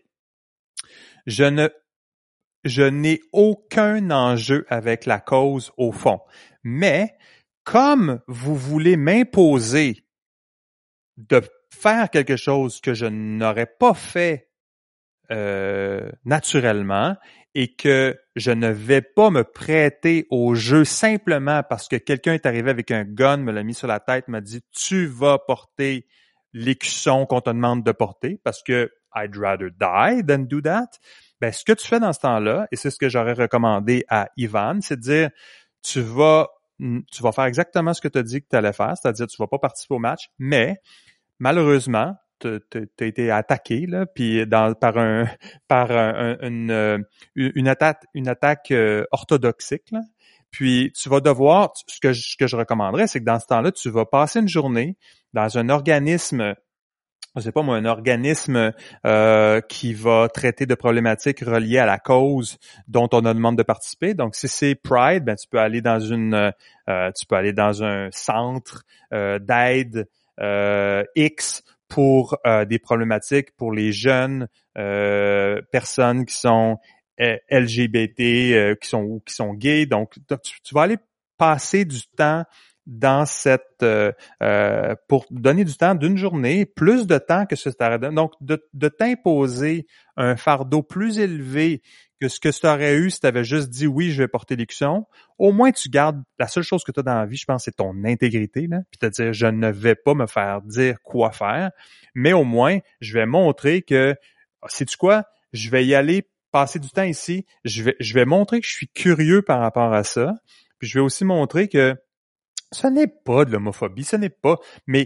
je ne Je n'ai aucun enjeu avec la cause au fond. Mais comme vous voulez m'imposer de faire quelque chose que je n'aurais pas fait euh, naturellement et que je ne vais pas me prêter au jeu simplement parce que quelqu'un est arrivé avec un gun, me l'a mis sur la tête, m'a dit « Tu vas porter l'écusson qu'on te demande de porter parce que I'd rather die than do that », ben, ce que tu fais dans ce temps-là, et c'est ce que j'aurais recommandé à Ivan, c'est de dire, tu vas, tu vas faire exactement ce que tu as dit que tu allais faire, c'est-à-dire tu vas pas participer au match, mais malheureusement, tu as été attaqué là, puis dans, par un, par un, une, une attaque, une attaque euh, orthodoxique. Là. Puis tu vas devoir, ce que je, ce que je recommanderais, c'est que dans ce temps-là, tu vas passer une journée dans un organisme. Je sais pas moi, un organisme euh, qui va traiter de problématiques reliées à la cause dont on a demande de participer. Donc, si c'est Pride, ben tu peux aller dans une, euh, tu peux aller dans un centre euh, d'aide euh, X pour euh, des problématiques pour les jeunes euh, personnes qui sont L G B T, euh, qui sont ou qui sont gays. Donc, tu, tu vas aller passer du temps dans cette euh, euh, pour donner du temps d'une journée, plus de temps que ce que tu aurais donné. Donc, de, de t'imposer un fardeau plus élevé que ce que tu aurais eu si tu avais juste dit oui, je vais porter l'écusson. Au moins, tu gardes la seule chose que tu as dans la vie, je pense, c'est ton intégrité, là. Puis te dire, je ne vais pas me faire dire quoi faire, mais au moins, je vais montrer que, sais-tu quoi, je vais y aller passer du temps ici, je vais, je vais montrer que je suis curieux par rapport à ça, puis je vais aussi montrer que ce n'est pas de l'homophobie, ce n'est pas, mais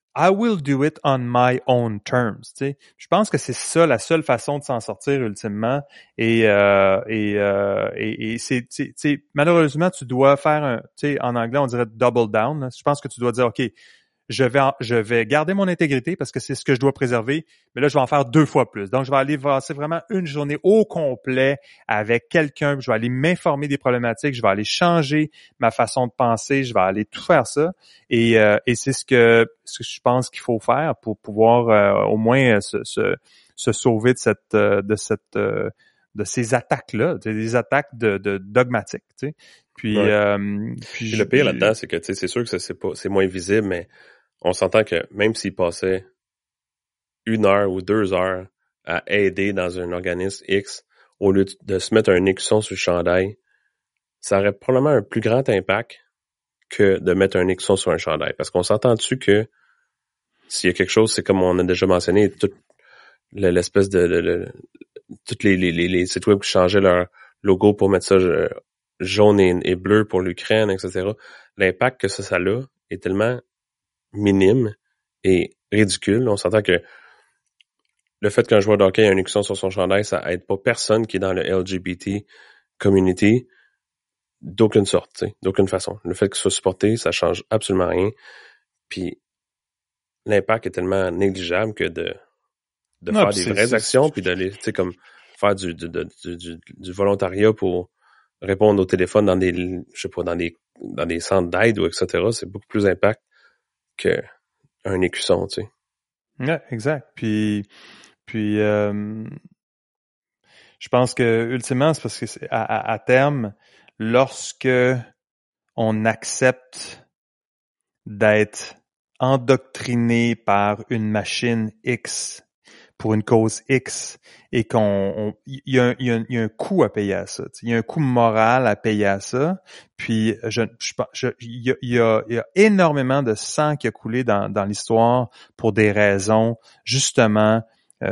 I will do it on my own terms. Tu sais, je pense que c'est ça la seule façon de s'en sortir ultimement. Et euh, et, euh, et et c'est tu sais malheureusement tu dois faire un tu sais en anglais on dirait double down. Là. Je pense que tu dois dire ok. Je vais, en, je vais garder mon intégrité parce que c'est ce que je dois préserver, mais là, je vais en faire deux fois plus. Donc, je vais aller passer vraiment une journée au complet avec quelqu'un, je vais aller m'informer des problématiques, je vais aller changer ma façon de penser, je vais aller tout faire ça. Et, euh, et c'est ce que, ce que je pense qu'il faut faire pour pouvoir euh, au moins se, se, se sauver de cette, de cette, de ces attaques-là, des attaques de, de dogmatiques, tu sais. Puis, ouais. euh, puis, puis le pire là-dedans, c'est que tu sais, c'est sûr que ça, c'est pas, c'est moins visible, mais on s'entend que même s'il passait une heure ou deux heures à aider dans un organisme X, au lieu de se mettre un écusson sur le chandail, ça aurait probablement un plus grand impact que de mettre un écusson sur un chandail. Parce qu'on s'entend dessus que s'il y a quelque chose, c'est comme on a déjà mentionné, toute l'espèce de, de, de toutes les, les, les sites web qui changeaient leur logo pour mettre ça jaune et, et bleu pour l'Ukraine, et cetera. L'impact que ça, ça a est tellement minime et ridicule. On s'entend que le fait qu'un joueur de hockey ait un écusson sur son chandail, ça aide pas personne qui est dans le L G B T community d'aucune sorte, t'sais, d'aucune façon. Le fait qu'il soit supporté, ça change absolument rien. Puis l'impact est tellement négligeable que de, de non, faire des vraies actions, puis d'aller, tu sais, comme faire du, du, du, du, du volontariat pour répondre au téléphone dans des, je sais pas, dans des, dans des centres d'aide ou et cetera. C'est beaucoup plus impact que un écusson, tu sais. Ouais, exact. Puis, puis, euh, je pense que ultimement, c'est parce que c'est à, à, à terme, lorsque on accepte d'être endoctriné par une machine X pour une cause X et qu'on il y a, y, a, y a un coût à payer à ça. Il y a un coût moral à payer à ça. Puis je je je il y a, y a y a énormément de sang qui a coulé dans dans l'histoire pour des raisons justement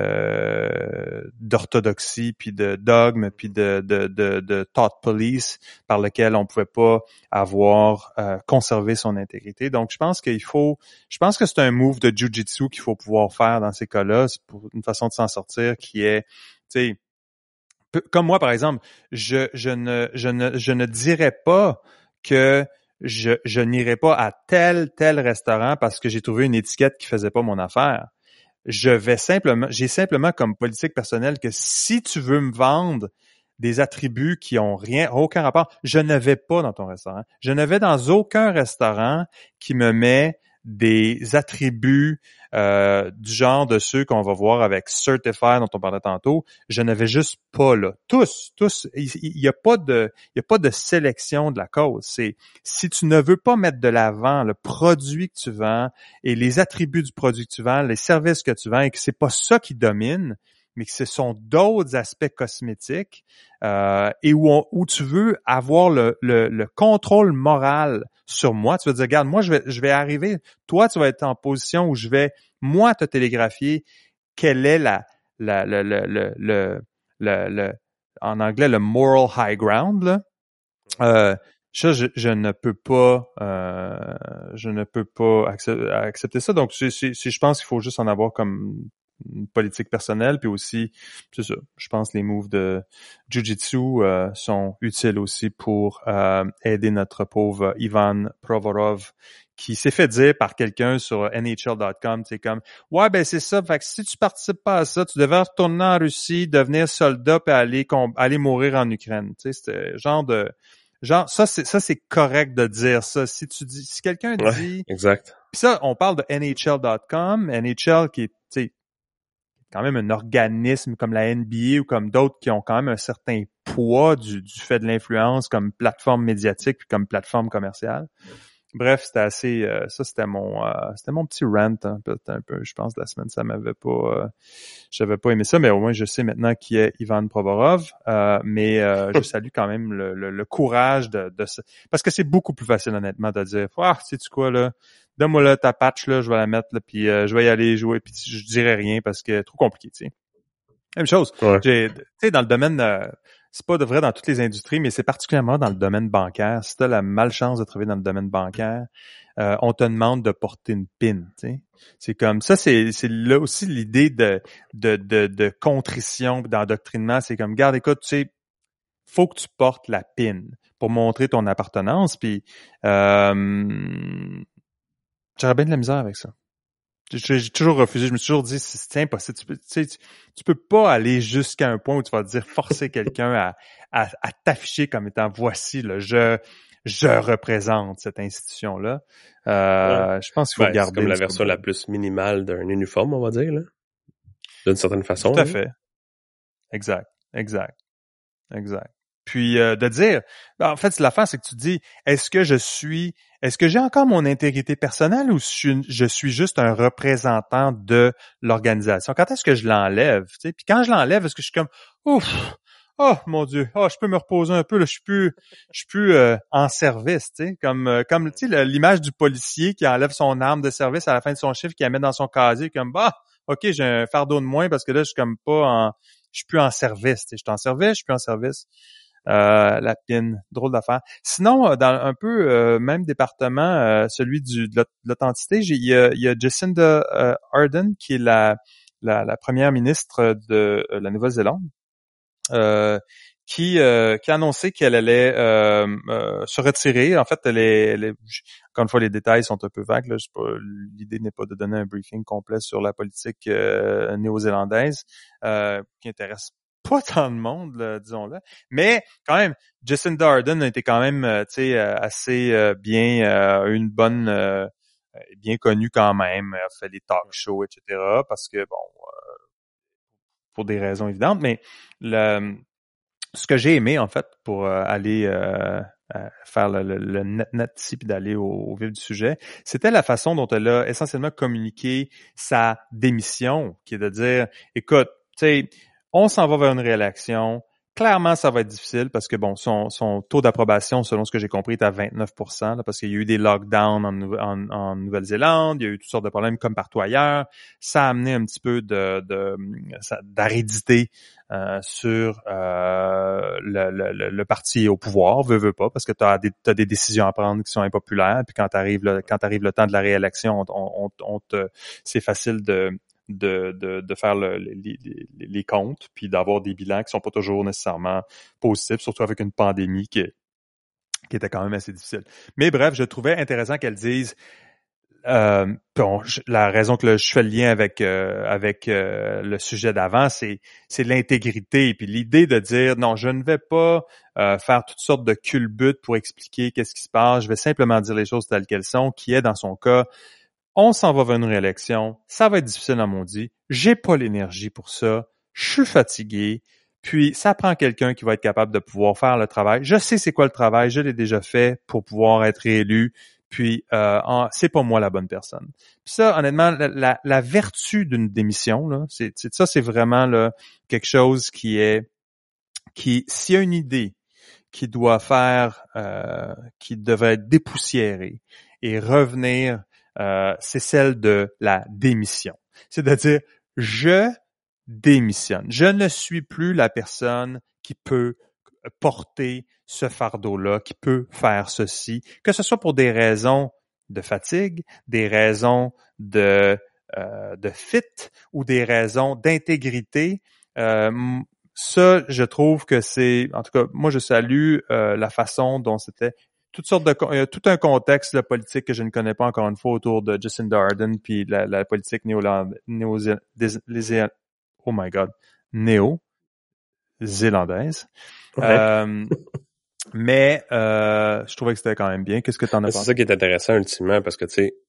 euh, d'orthodoxie puis de dogme puis de de de de thought police par lequel on pouvait pas avoir euh, conservé son intégrité. Donc je pense qu'il faut je pense que c'est un move de jiu-jitsu qu'il faut pouvoir faire dans ces cas-là, c'est pour une façon de s'en sortir qui est tu sais comme moi par exemple, je je ne je ne je ne dirais pas que je je n'irai pas à tel tel restaurant parce que j'ai trouvé une étiquette qui faisait pas mon affaire. Je vais simplement, j'ai simplement comme politique personnelle que si tu veux me vendre des attributs qui ont rien, aucun rapport, je ne vais pas dans ton restaurant. Je ne vais dans aucun restaurant qui me met des attributs euh, du genre de ceux qu'on va voir avec Certified dont on parlait tantôt. Je ne vais juste pas là. Tous, tous, il n'y a pas de, il y a pas de sélection de la cause. C'est si tu ne veux pas mettre de l'avant le produit que tu vends et les attributs du produit que tu vends, les services que tu vends et que c'est pas ça qui domine, mais que ce sont d'autres aspects cosmétiques euh, et où, on, où tu veux avoir le, le, le contrôle moral sur moi. Tu vas dire, regarde, moi, je vais, je vais arriver, toi, tu vas être en position où je vais, moi, te télégraphier quelle est la, la, la, la, la, la, la, la en anglais, le moral high ground, là. Euh, ça, je, je ne peux pas, euh, je ne peux pas accepter, accepter ça. Donc, c'est, c'est, c'est, je pense qu'il faut juste en avoir comme une politique personnelle, puis aussi, c'est ça, je pense que les moves de Jiu-Jitsu euh, sont utiles aussi pour euh, aider notre pauvre Ivan Provorov, qui s'est fait dire par quelqu'un sur N H L dot com, tu sais, comme « Ouais, ben c'est ça, fait que si tu participes pas à ça, tu devrais retourner en Russie, devenir soldat, puis aller, com- aller mourir en Ukraine. » Tu sais, c'était genre de... Genre, ça, c'est ça c'est correct de dire ça. Si tu dis, si quelqu'un dit... Ouais, exact. Puis ça, on parle de N H L dot com, N H L qui est, tu sais, quand même un organisme comme la N B A ou comme d'autres qui ont quand même un certain poids du, du fait de l'influence comme plateforme médiatique puis comme plateforme commerciale. Bref, c'était assez, euh, ça c'était mon, euh, c'était mon petit rant hein, peut-être un peu. Je pense de la semaine ça m'avait pas, euh, j'avais pas aimé ça, mais au moins je sais maintenant qui est Ivan Provorov. Euh, mais euh, je salue quand même le, le, le courage de, de ce, parce que c'est beaucoup plus facile honnêtement de dire, ah, sais-tu quoi là. Donne-moi là ta patch, là, je vais la mettre, là, puis euh, je vais y aller jouer, puis je dirai rien parce que trop compliqué, tu sais. Même chose. Ouais. J'ai, tu sais, dans le domaine, euh, c'est pas de vrai dans toutes les industries, mais c'est particulièrement dans le domaine bancaire. Si tu as la malchance de travailler dans le domaine bancaire, euh, on te demande de porter une pin. T'sais. C'est comme ça, c'est, c'est là aussi l'idée de, de, de, de contrition, d'endoctrinement. C'est comme, garde, écoute, tu sais, faut que tu portes la pin pour montrer ton appartenance. Puis euh, j'aurais bien de la misère avec ça. J'ai, j'ai toujours refusé. Je me suis toujours dit, c'est, c'est impossible. Tu peux, tu sais, tu, tu peux pas aller jusqu'à un point où tu vas dire forcer quelqu'un à, à, à t'afficher comme étant voici le je, je représente cette institution-là. Euh, ouais. Je pense qu'il faut ben, garder. C'est comme la version la plus minimale d'un uniforme, on va dire, là. D'une certaine façon. Tout à là. fait. Exact. Exact. Exact. Puis euh, de dire, ben, en fait, l'affaire, c'est que tu te dis, est-ce que je suis, est-ce que j'ai encore mon intégrité personnelle ou je suis, je suis juste un représentant de l'organisation? Quand est-ce que je l'enlève? Tu sais? Puis quand je l'enlève, est-ce que je suis comme, ouf, oh mon Dieu, oh, je peux me reposer un peu, là, je suis plus, je suis plus euh, en service, tu sais, comme, euh, comme tu sais, l'image du policier qui enlève son arme de service à la fin de son chiffre, qui la met dans son casier, comme, bah, ok, j'ai un fardeau de moins parce que là, je suis comme pas en, je suis plus en service, tu sais, je suis en service, je suis plus en service. Euh, la P I N, drôle d'affaire. Sinon, dans un peu euh, même département, euh, celui du, de l'authenticité, j'ai, il, y a, il y a Jacinda euh, Ardern, qui est la, la, la première ministre de euh, la Nouvelle-Zélande, euh, qui, euh, qui a annoncé qu'elle allait euh, euh, se retirer. En fait, elle est, elle est, encore une fois, les détails sont un peu vagues. Là. Je sais pas, l'idée n'est pas de donner un briefing complet sur la politique euh, néo-zélandaise, euh, qui intéresse pas tant de monde, là, disons-le. Mais quand même, Jacinda Ardern a été quand même, euh, tu sais, assez euh, bien, euh, une bonne, euh, bien connue quand même. Elle a fait des talk shows, et cetera. Parce que bon, euh, pour des raisons évidentes, mais le, ce que j'ai aimé en fait pour euh, aller euh, euh, faire le, le, le net net ici puis d'aller au, au vif du sujet, c'était la façon dont elle a essentiellement communiqué sa démission, qui est de dire, écoute, tu sais, on s'en va vers une réélection. Clairement, ça va être difficile parce que, bon, son, son taux d'approbation, selon ce que j'ai compris, est à vingt-neuf pour cent, là, parce qu'il y a eu des lockdowns en, en, en Nouvelle-Zélande, il y a eu toutes sortes de problèmes comme partout ailleurs. Ça a amené un petit peu de, de, d'aridité euh, sur euh, le, le, le parti au pouvoir, veut, veut pas, parce que tu as des, t'as des décisions à prendre qui sont impopulaires, puis quand t'arrives le, quand t'arrive le temps de la réélection, on, on, on te, c'est facile de De, de, de faire le, les, les, les comptes, puis d'avoir des bilans qui sont pas toujours nécessairement positifs, surtout avec une pandémie qui, qui était quand même assez difficile. Mais bref, je trouvais intéressant qu'elle dise euh, bon, je, la raison que le, je fais le lien avec euh, avec euh, le sujet d'avant, c'est c'est l'intégrité, puis l'idée de dire non, je ne vais pas euh, faire toutes sortes de culbutes pour expliquer qu'est-ce qui se passe, je vais simplement dire les choses telles qu'elles sont, qui est dans son cas. On s'en va vers une réélection, ça va être difficile à maudit, j'ai pas l'énergie pour ça, je suis fatigué, puis ça prend quelqu'un qui va être capable de pouvoir faire le travail. Je sais c'est quoi le travail, je l'ai déjà fait pour pouvoir être réélu, puis euh, en, c'est pas moi la bonne personne. Puis ça, honnêtement, la, la, la vertu d'une démission, là, c'est, c'est ça, c'est vraiment là, quelque chose qui est, qui, s'il y a une idée qui doit faire, euh, qui devrait être dépoussiérée et revenir, euh, c'est celle de la démission. C'est-à-dire, je démissionne. Je ne suis plus la personne qui peut porter ce fardeau-là, qui peut faire ceci, que ce soit pour des raisons de fatigue, des raisons de, euh, de fit ou des raisons d'intégrité. Euh, ça, je trouve que c'est, en tout cas, moi je salue euh, la façon dont c'était toutes sortes de, euh, tout un contexte là, politique que je ne connais pas encore une fois autour de Jacinda Ardern puis la, la politique néo-zélandaise, oh my god, néo-zélandaise. Ouais. Euh, mais euh, je trouvais que c'était quand même bien. Qu'est-ce que tu en as pensé? C'est ça qui est intéressant ultimement parce que tu sais,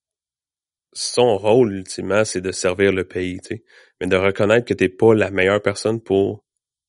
son rôle ultimement c'est de servir le pays, tu sais, mais de reconnaître que t'es pas la meilleure personne pour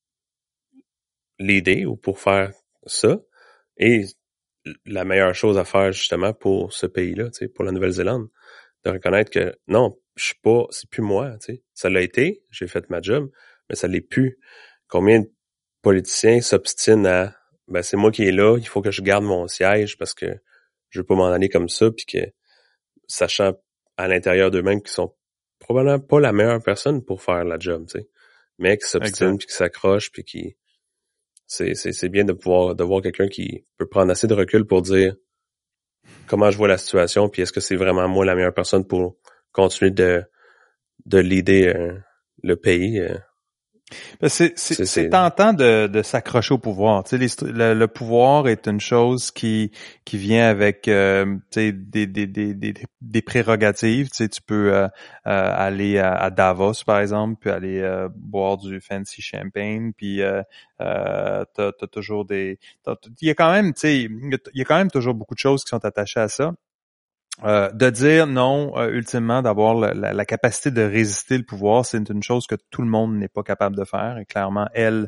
l'aider ou pour faire ça et la meilleure chose à faire justement pour ce pays-là, tu sais, pour la Nouvelle-Zélande, de reconnaître que non, je suis pas, c'est plus moi, tu sais, ça l'a été, j'ai fait ma job, mais ça l'est plus. Combien de politiciens s'obstinent à ben c'est moi qui est là, il faut que je garde mon siège parce que je veux pas m'en aller comme ça, puis que sachant à l'intérieur d'eux-mêmes qu'ils sont probablement pas la meilleure personne pour faire la job, tu sais, mais qui s'obstinent puis qui s'accrochent puis qui c'est, c'est, c'est bien de pouvoir, de voir quelqu'un qui peut prendre assez de recul pour dire comment je vois la situation, puis est-ce que c'est vraiment moi la meilleure personne pour continuer de, de leader euh, le pays. Euh. C'est, c'est, c'est, c'est tentant de, de s'accrocher au pouvoir. Tu sais, les, le, le pouvoir est une chose qui qui vient avec euh, tu sais, des, des, des, des, des prérogatives. Tu sais, tu peux euh, euh, aller à, à Davos, par exemple, puis aller euh, boire du fancy champagne, puis euh, euh, t'as, t'as toujours des... Il y a quand même, tu sais, il y a quand même toujours beaucoup de choses qui sont attachées à ça. Euh, de dire non, euh, ultimement, d'avoir la, la, la capacité de résister le pouvoir, c'est une chose que tout le monde n'est pas capable de faire. Et clairement, elle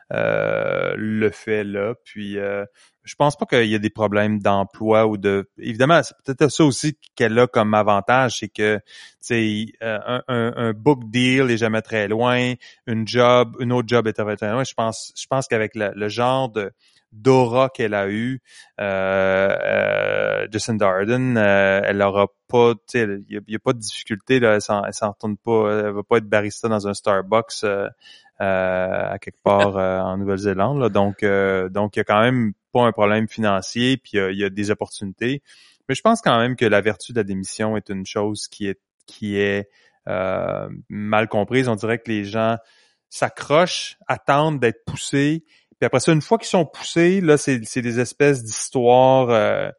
euh, le fait là. Puis, euh, je pense pas qu'il y ait des problèmes d'emploi ou de... Évidemment, c'est peut-être ça aussi qu'elle a comme avantage, c'est que, tu sais, un, un, un book deal est jamais très loin, une job, une autre job est très très loin. Je pense, je pense qu'avec le, le genre de d'aura qu'elle a eu, euh, euh, Jacinda Ardern, euh, elle aura pas, tu sais, il y, a, y a pas de difficulté là, elle s'en, elle s'en retourne pas, elle va pas être barista dans un Starbucks euh, euh, à quelque part euh, en Nouvelle-Zélande, là. Donc, euh, donc il y a quand même pas un problème financier, puis il y, y a des opportunités. Mais je pense quand même que la vertu de la démission est une chose qui est qui est euh, mal comprise. On dirait que les gens s'accrochent, attendent d'être poussés. Puis après ça, une fois qu'ils sont poussés, là, c'est, c'est des espèces d'histoires euh,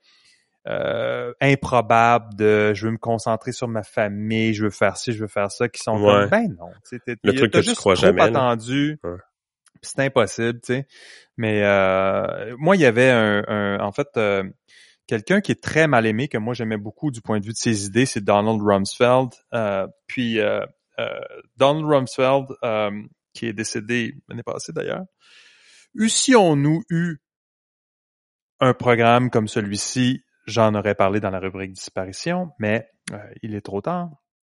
euh, improbables de je veux me concentrer sur ma famille, je veux faire ci, je veux faire ça, qui sont ouais. comme ben non. Tu sais, le truc que tu crois jamais. Attendu, ouais. Puis c'est impossible, tu sais. Mais euh, moi, il y avait un, un en fait euh, quelqu'un qui est très mal aimé, que moi j'aimais beaucoup du point de vue de ses idées, c'est Donald Rumsfeld. Euh, puis euh, euh, Donald Rumsfeld, euh, qui est décédé l'année passée d'ailleurs. Eussions-nous eu un programme comme celui-ci, j'en aurais parlé dans la rubrique disparition, mais euh, il est trop tard.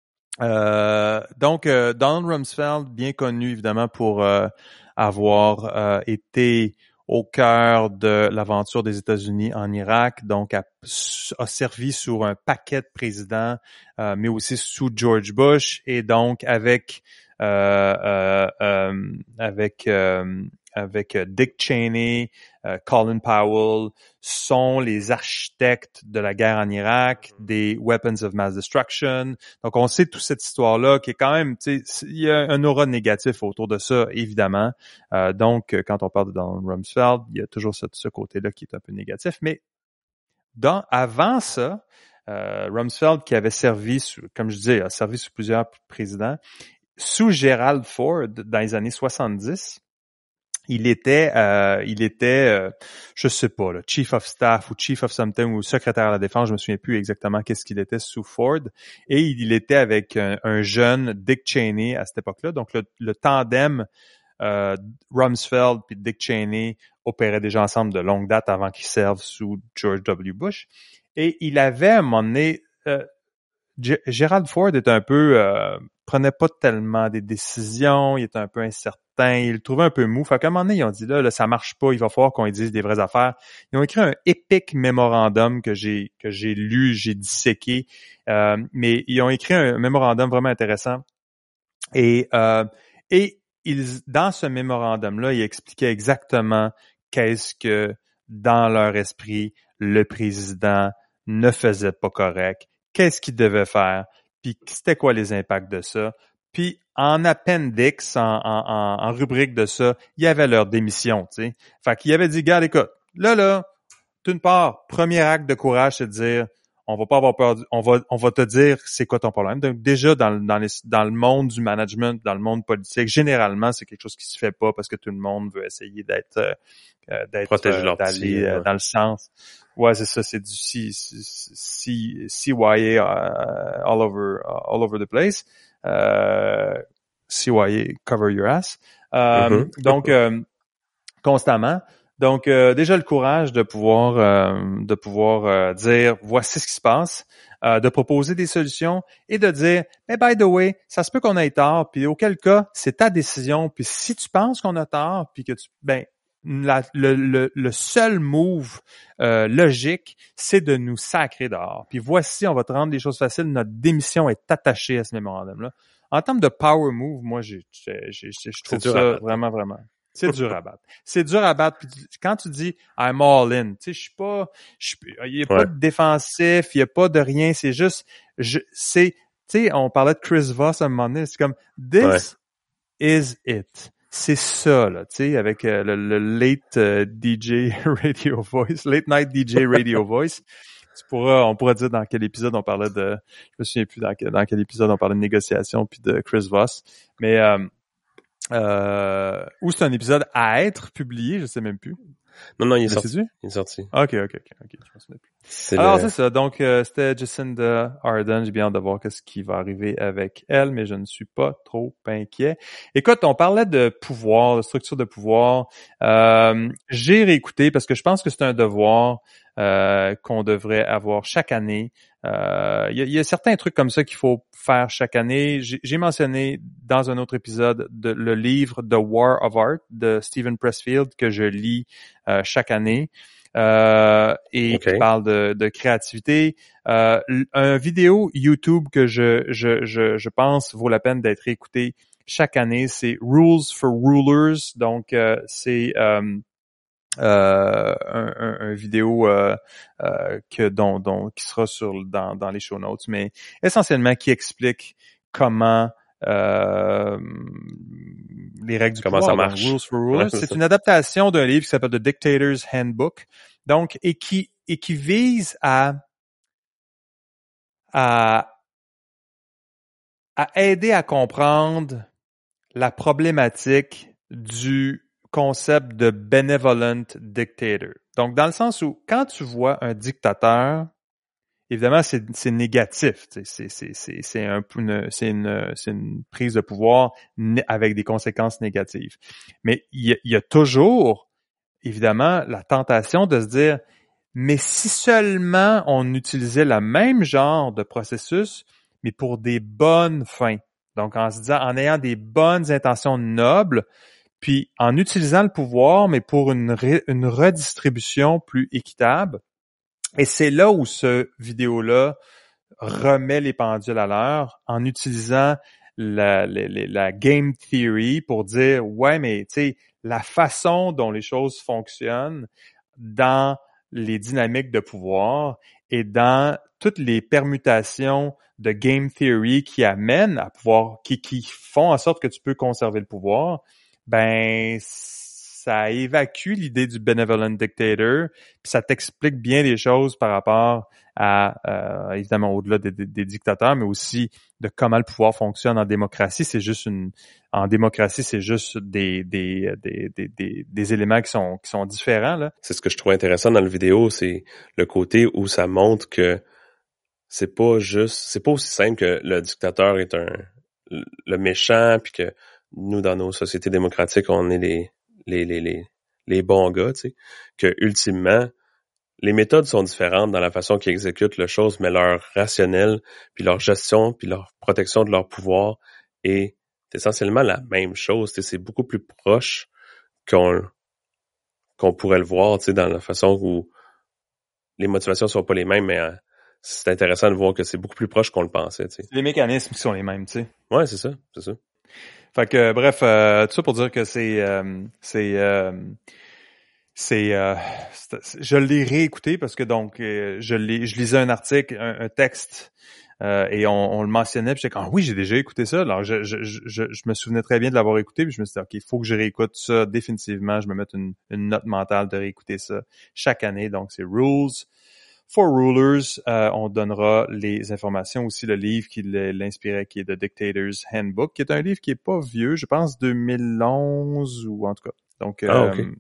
Euh, donc, euh, Donald Rumsfeld, bien connu évidemment pour euh, avoir euh, été au cœur de l'aventure des États-Unis en Irak, donc a, a servi sous un paquet de présidents, euh, mais aussi sous George Bush, et donc avec euh, euh, euh, avec euh, avec Dick Cheney, euh, Colin Powell, sont les architectes de la guerre en Irak, des Weapons of Mass Destruction. Donc, on sait toute cette histoire-là qui est quand même, tu sais, il y a un aura négatif autour de ça, évidemment. Euh, donc, quand on parle de Donald Rumsfeld, il y a toujours ce, ce côté-là qui est un peu négatif. Mais dans, avant ça, euh, Rumsfeld, qui avait servi, sous, comme je disais, a servi sous plusieurs présidents, sous Gerald Ford, dans les années soixante-dix, il était, euh, il était, euh, je sais pas, là, chief of staff ou chief of something ou secrétaire à la défense, je me souviens plus exactement qu'est-ce qu'il était sous Ford. Et il était avec un, un jeune Dick Cheney à cette époque-là. Donc le, le tandem euh, Rumsfeld puis Dick Cheney opéraient déjà ensemble de longue date avant qu'ils servent sous George W. Bush. Et il avait à un moment donné, euh, G- Gerald Ford est un peu, euh, prenait pas tellement des décisions, il était un peu incertain, il le trouvait un peu mou. Fait qu'à un moment donné, ils ont dit là, là, ça marche pas, il va falloir qu'on lui dise des vraies affaires. Ils ont écrit un épique mémorandum que j'ai que j'ai lu, j'ai disséqué, euh, mais ils ont écrit un mémorandum vraiment intéressant. Et euh, et ils, dans ce mémorandum-là, ils expliquaient exactement qu'est-ce que dans leur esprit le président ne faisait pas correct. Qu'est-ce qu'il devait faire, puis c'était quoi les impacts de ça. Puis en appendix, en, en, en rubrique de ça, il y avait leur démission, tu sais. Fait qu'il avait dit, gars, écoute, là, là, d'une part, premier acte de courage, c'est de dire, on va pas avoir peur, on va, on va te dire c'est quoi ton problème. Donc déjà, dans, dans, les, dans le monde du management, dans le monde politique, généralement, c'est quelque chose qui se fait pas parce que tout le monde veut essayer d'être, euh, d'être, protéger euh, leur d'aller petit, euh, ouais. dans le sens. Ouais, c'est ça, c'est du C, C, C Y A uh, all over, uh, all over the place. Uh, C Y A, cover your ass. Um, Mm-hmm. donc, euh, constamment. Donc, euh, déjà le courage de pouvoir euh, de pouvoir euh, dire voici ce qui se passe, euh, de proposer des solutions et de dire mais by the way, ça se peut qu'on ait tort, puis auquel cas, c'est ta décision, puis si tu penses qu'on a tort, puis que tu ben la, le, le, le seul move euh, logique, c'est de nous sacrer dehors. Puis voici, on va te rendre des choses faciles, notre démission est attachée à ce mémorandum-là. En termes de power move, moi, j'ai, j'ai, j'ai, je trouve ça vraiment, vraiment. C'est dur à battre. C'est dur à battre. Puis quand tu dis I'm all in, tu sais, je suis pas, il y a pas Ouais. de défensif, il y a pas de rien. C'est juste, je, c'est, tu sais, on parlait de Chris Voss à un moment donné. C'est comme this Ouais. is it. C'est ça là, tu sais, avec euh, le, le late euh, D J radio voice, late night D J radio voice. Tu pourras, on pourra dire dans quel épisode on parlait de, je me souviens plus dans quel, dans quel épisode on parlait de négociation puis de Chris Voss, mais euh, euh, ou c'est un épisode à être publié, je sais même plus. Non, non, il est Mais sorti. c'est-tu? Il est sorti. Ok, ok, ok, ok, je me souviens plus. C'est Alors, le... c'est ça. Donc, euh, c'était Jacinda Ardern. J'ai bien hâte de voir ce qui va arriver avec elle, mais je ne suis pas trop inquiet. Écoute, on parlait de pouvoir, de structure de pouvoir. Euh, j'ai réécouté parce que je pense que c'est un devoir euh, qu'on devrait avoir chaque année. Euh, Il y, a, y a certains trucs comme ça qu'il faut faire chaque année. J'ai, j'ai mentionné dans un autre épisode de, le livre The War of Art de Steven Pressfield que je lis euh, chaque année. Euh, et okay. qui parle de, de créativité. Euh, un vidéo YouTube que je, je, je, je pense vaut la peine d'être écouté chaque année, c'est Rules for Rulers. Donc, euh, c'est euh, euh, un, un, un vidéo euh, euh, que dont, dont qui sera sur dans, dans les show notes, mais essentiellement qui explique comment Euh, les règles du Comment pouvoir, ça marche. donc, Rules for Rulers. Ouais, c'est c'est ça. une adaptation d'un livre qui s'appelle The Dictator's Handbook, donc et qui et qui vise à à à aider à comprendre la problématique du concept de benevolent dictator. Donc dans le sens où quand tu vois un dictateur, évidemment, c'est, c'est négatif. C'est, c'est, c'est, c'est, un, une, c'est, une, c'est une prise de pouvoir avec des conséquences négatives. Mais il y a, il y a toujours, évidemment, la tentation de se dire, mais si seulement on utilisait le même genre de processus, mais pour des bonnes fins. Donc, en se disant, en ayant des bonnes intentions nobles, puis en utilisant le pouvoir, mais pour une, ré, une redistribution plus équitable. Et c'est là où ce vidéo-là remet les pendules à l'heure en utilisant la, la, la game theory pour dire, ouais, mais tu sais, la façon dont les choses fonctionnent dans les dynamiques de pouvoir et dans toutes les permutations de game theory qui amènent à pouvoir, qui, qui font en sorte que tu peux conserver le pouvoir, ben, ça évacue l'idée du benevolent dictator, puis ça t'explique bien des choses par rapport à, euh, évidemment, au-delà des, des, des dictateurs, mais aussi de comment le pouvoir fonctionne en démocratie. C'est juste une, en démocratie, c'est juste des, des, des, des, des, des éléments qui sont, qui sont différents, là. C'est ce que je trouve intéressant dans le vidéo, c'est le côté où ça montre que c'est pas juste, c'est pas aussi simple que le dictateur est un, le méchant, puis que nous, dans nos sociétés démocratiques, on est les, les, les, les, les bons gars, tu sais, que ultimement, les méthodes sont différentes dans la façon qu'ils exécutent les choses, mais leur rationnel, puis leur gestion, puis leur protection de leur pouvoir est essentiellement la même chose. Tu sais, c'est beaucoup plus proche qu'on qu'on pourrait le voir, tu sais, dans la façon où les motivations sont pas les mêmes, mais euh, c'est intéressant de voir que c'est beaucoup plus proche qu'on le pensait, tu sais. C'est les mécanismes qui sont les mêmes, tu sais. Ouais, c'est ça, c'est ça. Fait que, bref, euh, tout ça pour dire que c'est... Euh, c'est... Euh, C'est, euh, c'est, je l'ai réécouté parce que donc euh, je l'ai, je lisais un article, un, un texte euh, et on, on le mentionnait. Puis j'étais comme ah oui, j'ai déjà écouté ça. Alors je, je, je, je me souvenais très bien de l'avoir écouté. Puis je me suis dit ok, il faut que je réécoute ça définitivement. Je me mette une, une note mentale de réécouter ça chaque année. Donc c'est Rules for Rulers. Euh, on donnera les informations aussi le livre qui l'inspirait, qui est The Dictator's Handbook, qui est un livre qui est pas vieux, je pense deux mille onze ou en tout cas. Donc ah, euh, okay.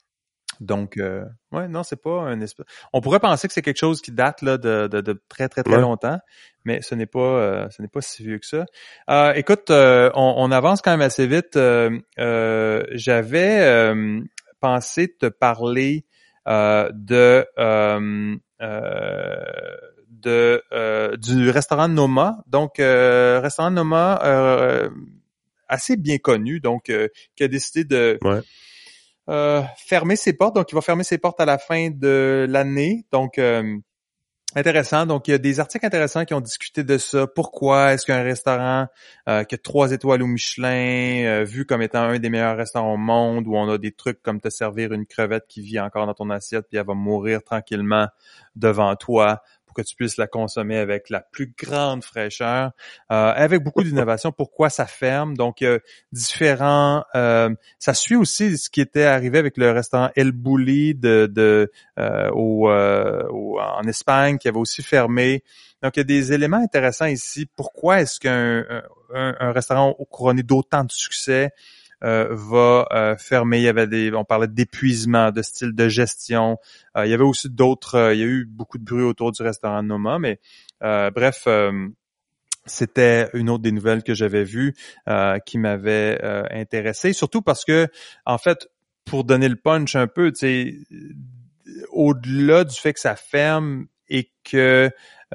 Donc, euh, ouais, non, c'est pas un espèce. On pourrait penser que c'est quelque chose qui date là de, de, de très très très ouais. longtemps, mais ce n'est pas, euh, ce n'est pas si vieux que ça. Euh, écoute, euh, on, on avance quand même assez vite. Euh, euh, j'avais euh, pensé te parler euh, de euh, euh, de euh, du restaurant Noma. Donc, euh, restaurant Noma euh, assez bien connu, donc euh, qui a décidé de ouais. Euh, fermer ses portes, donc il va fermer ses portes à la fin de l'année. Donc, euh, Intéressant. Donc, il y a des articles intéressants qui ont discuté de ça. Pourquoi est-ce qu'un restaurant euh, qui a trois étoiles au Michelin, euh, vu comme étant un des meilleurs restaurants au monde, où on a des trucs comme te servir une crevette qui vit encore dans ton assiette, puis elle va mourir tranquillement devant toi, pour que tu puisses la consommer avec la plus grande fraîcheur, euh, avec beaucoup d'innovation. Pourquoi ça ferme? Donc, euh, différents... Euh, ça suit aussi ce qui était arrivé avec le restaurant El Bulli de, de, euh, au, euh, au, en Espagne, qui avait aussi fermé. Donc, il y a des éléments intéressants ici. Pourquoi est-ce qu'un un, un restaurant couronné d'autant de succès Euh, va euh, fermer? Il y avait des, on parlait d'épuisement, de style de gestion. Euh, il y avait aussi d'autres. Euh, il y a eu beaucoup de bruit autour du restaurant Noma, mais euh, bref, euh, c'était une autre des nouvelles que j'avais vues euh, qui m'avait euh, intéressé, surtout parce que, en fait, pour donner le punch un peu, tu sais, au-delà du fait que ça ferme et que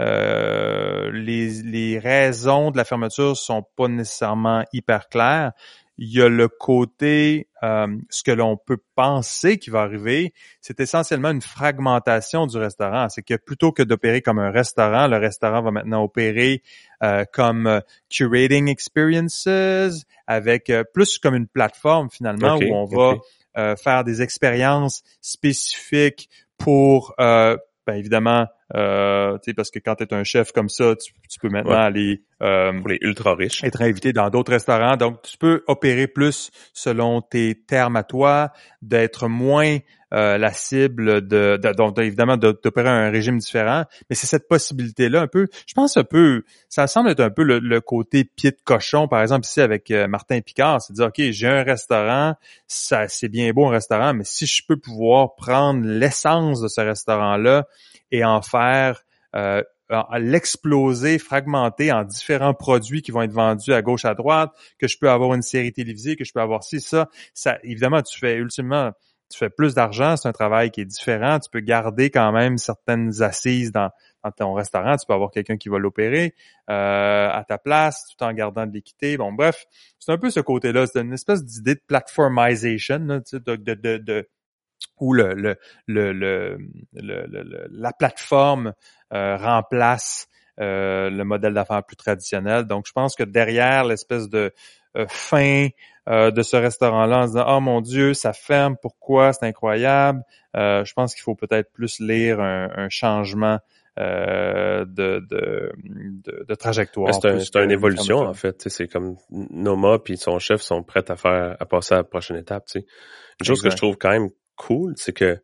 euh, les, les raisons de la fermeture sont pas nécessairement hyper claires, il y a le côté, euh, ce que l'on peut penser qui va arriver, c'est essentiellement une fragmentation du restaurant. C'est que plutôt que d'opérer comme un restaurant, le restaurant va maintenant opérer euh, comme euh, curating experiences, avec euh, plus comme une plateforme finalement, okay, où on va okay. euh, faire des expériences spécifiques pour, euh, ben évidemment, euh, tu sais, parce que quand tu es un chef comme ça, tu, tu peux maintenant Ouais. aller euh, pour les ultra riches, être invité dans d'autres restaurants. Donc, tu peux opérer plus selon tes termes à toi, d'être moins euh, la cible de, de donc évidemment d'opérer un régime différent. Mais c'est cette possibilité-là un peu. Je pense un peu, ça semble être un peu le, le côté pied de cochon, par exemple ici avec euh, Martin Picard, c'est de dire ok, j'ai un restaurant, ça c'est bien beau un restaurant, mais si je peux pouvoir prendre l'essence de ce restaurant-là et en faire euh, à l'exploser, fragmenter en différents produits qui vont être vendus à gauche, à droite, que je peux avoir une série télévisée, que je peux avoir ci, ça. Ça, évidemment, tu fais ultimement, tu fais plus d'argent, c'est un travail qui est différent. Tu peux garder quand même certaines assises dans, dans ton restaurant. Tu peux avoir quelqu'un qui va l'opérer euh, à ta place, tout en gardant de l'équité. Bon, bref, c'est un peu ce côté-là. C'est une espèce d'idée de platformisation, là, tu sais, de, de, de, de où le, le, le, le, le, le la plateforme euh, remplace euh, le modèle d'affaires plus traditionnel. Donc, je pense que derrière l'espèce de euh, fin euh, de ce restaurant-là, en se disant « Oh mon Dieu, ça ferme, pourquoi? C'est incroyable. Euh, » Je pense qu'il faut peut-être plus lire un, un changement euh, de, de, de, de trajectoire. C'est, un, c'est une évolution, en fait. C'est comme Noma puis son chef sont prêts à faire à passer à la prochaine étape. T'sais. Une chose exact. Que je trouve quand même cool, c'est que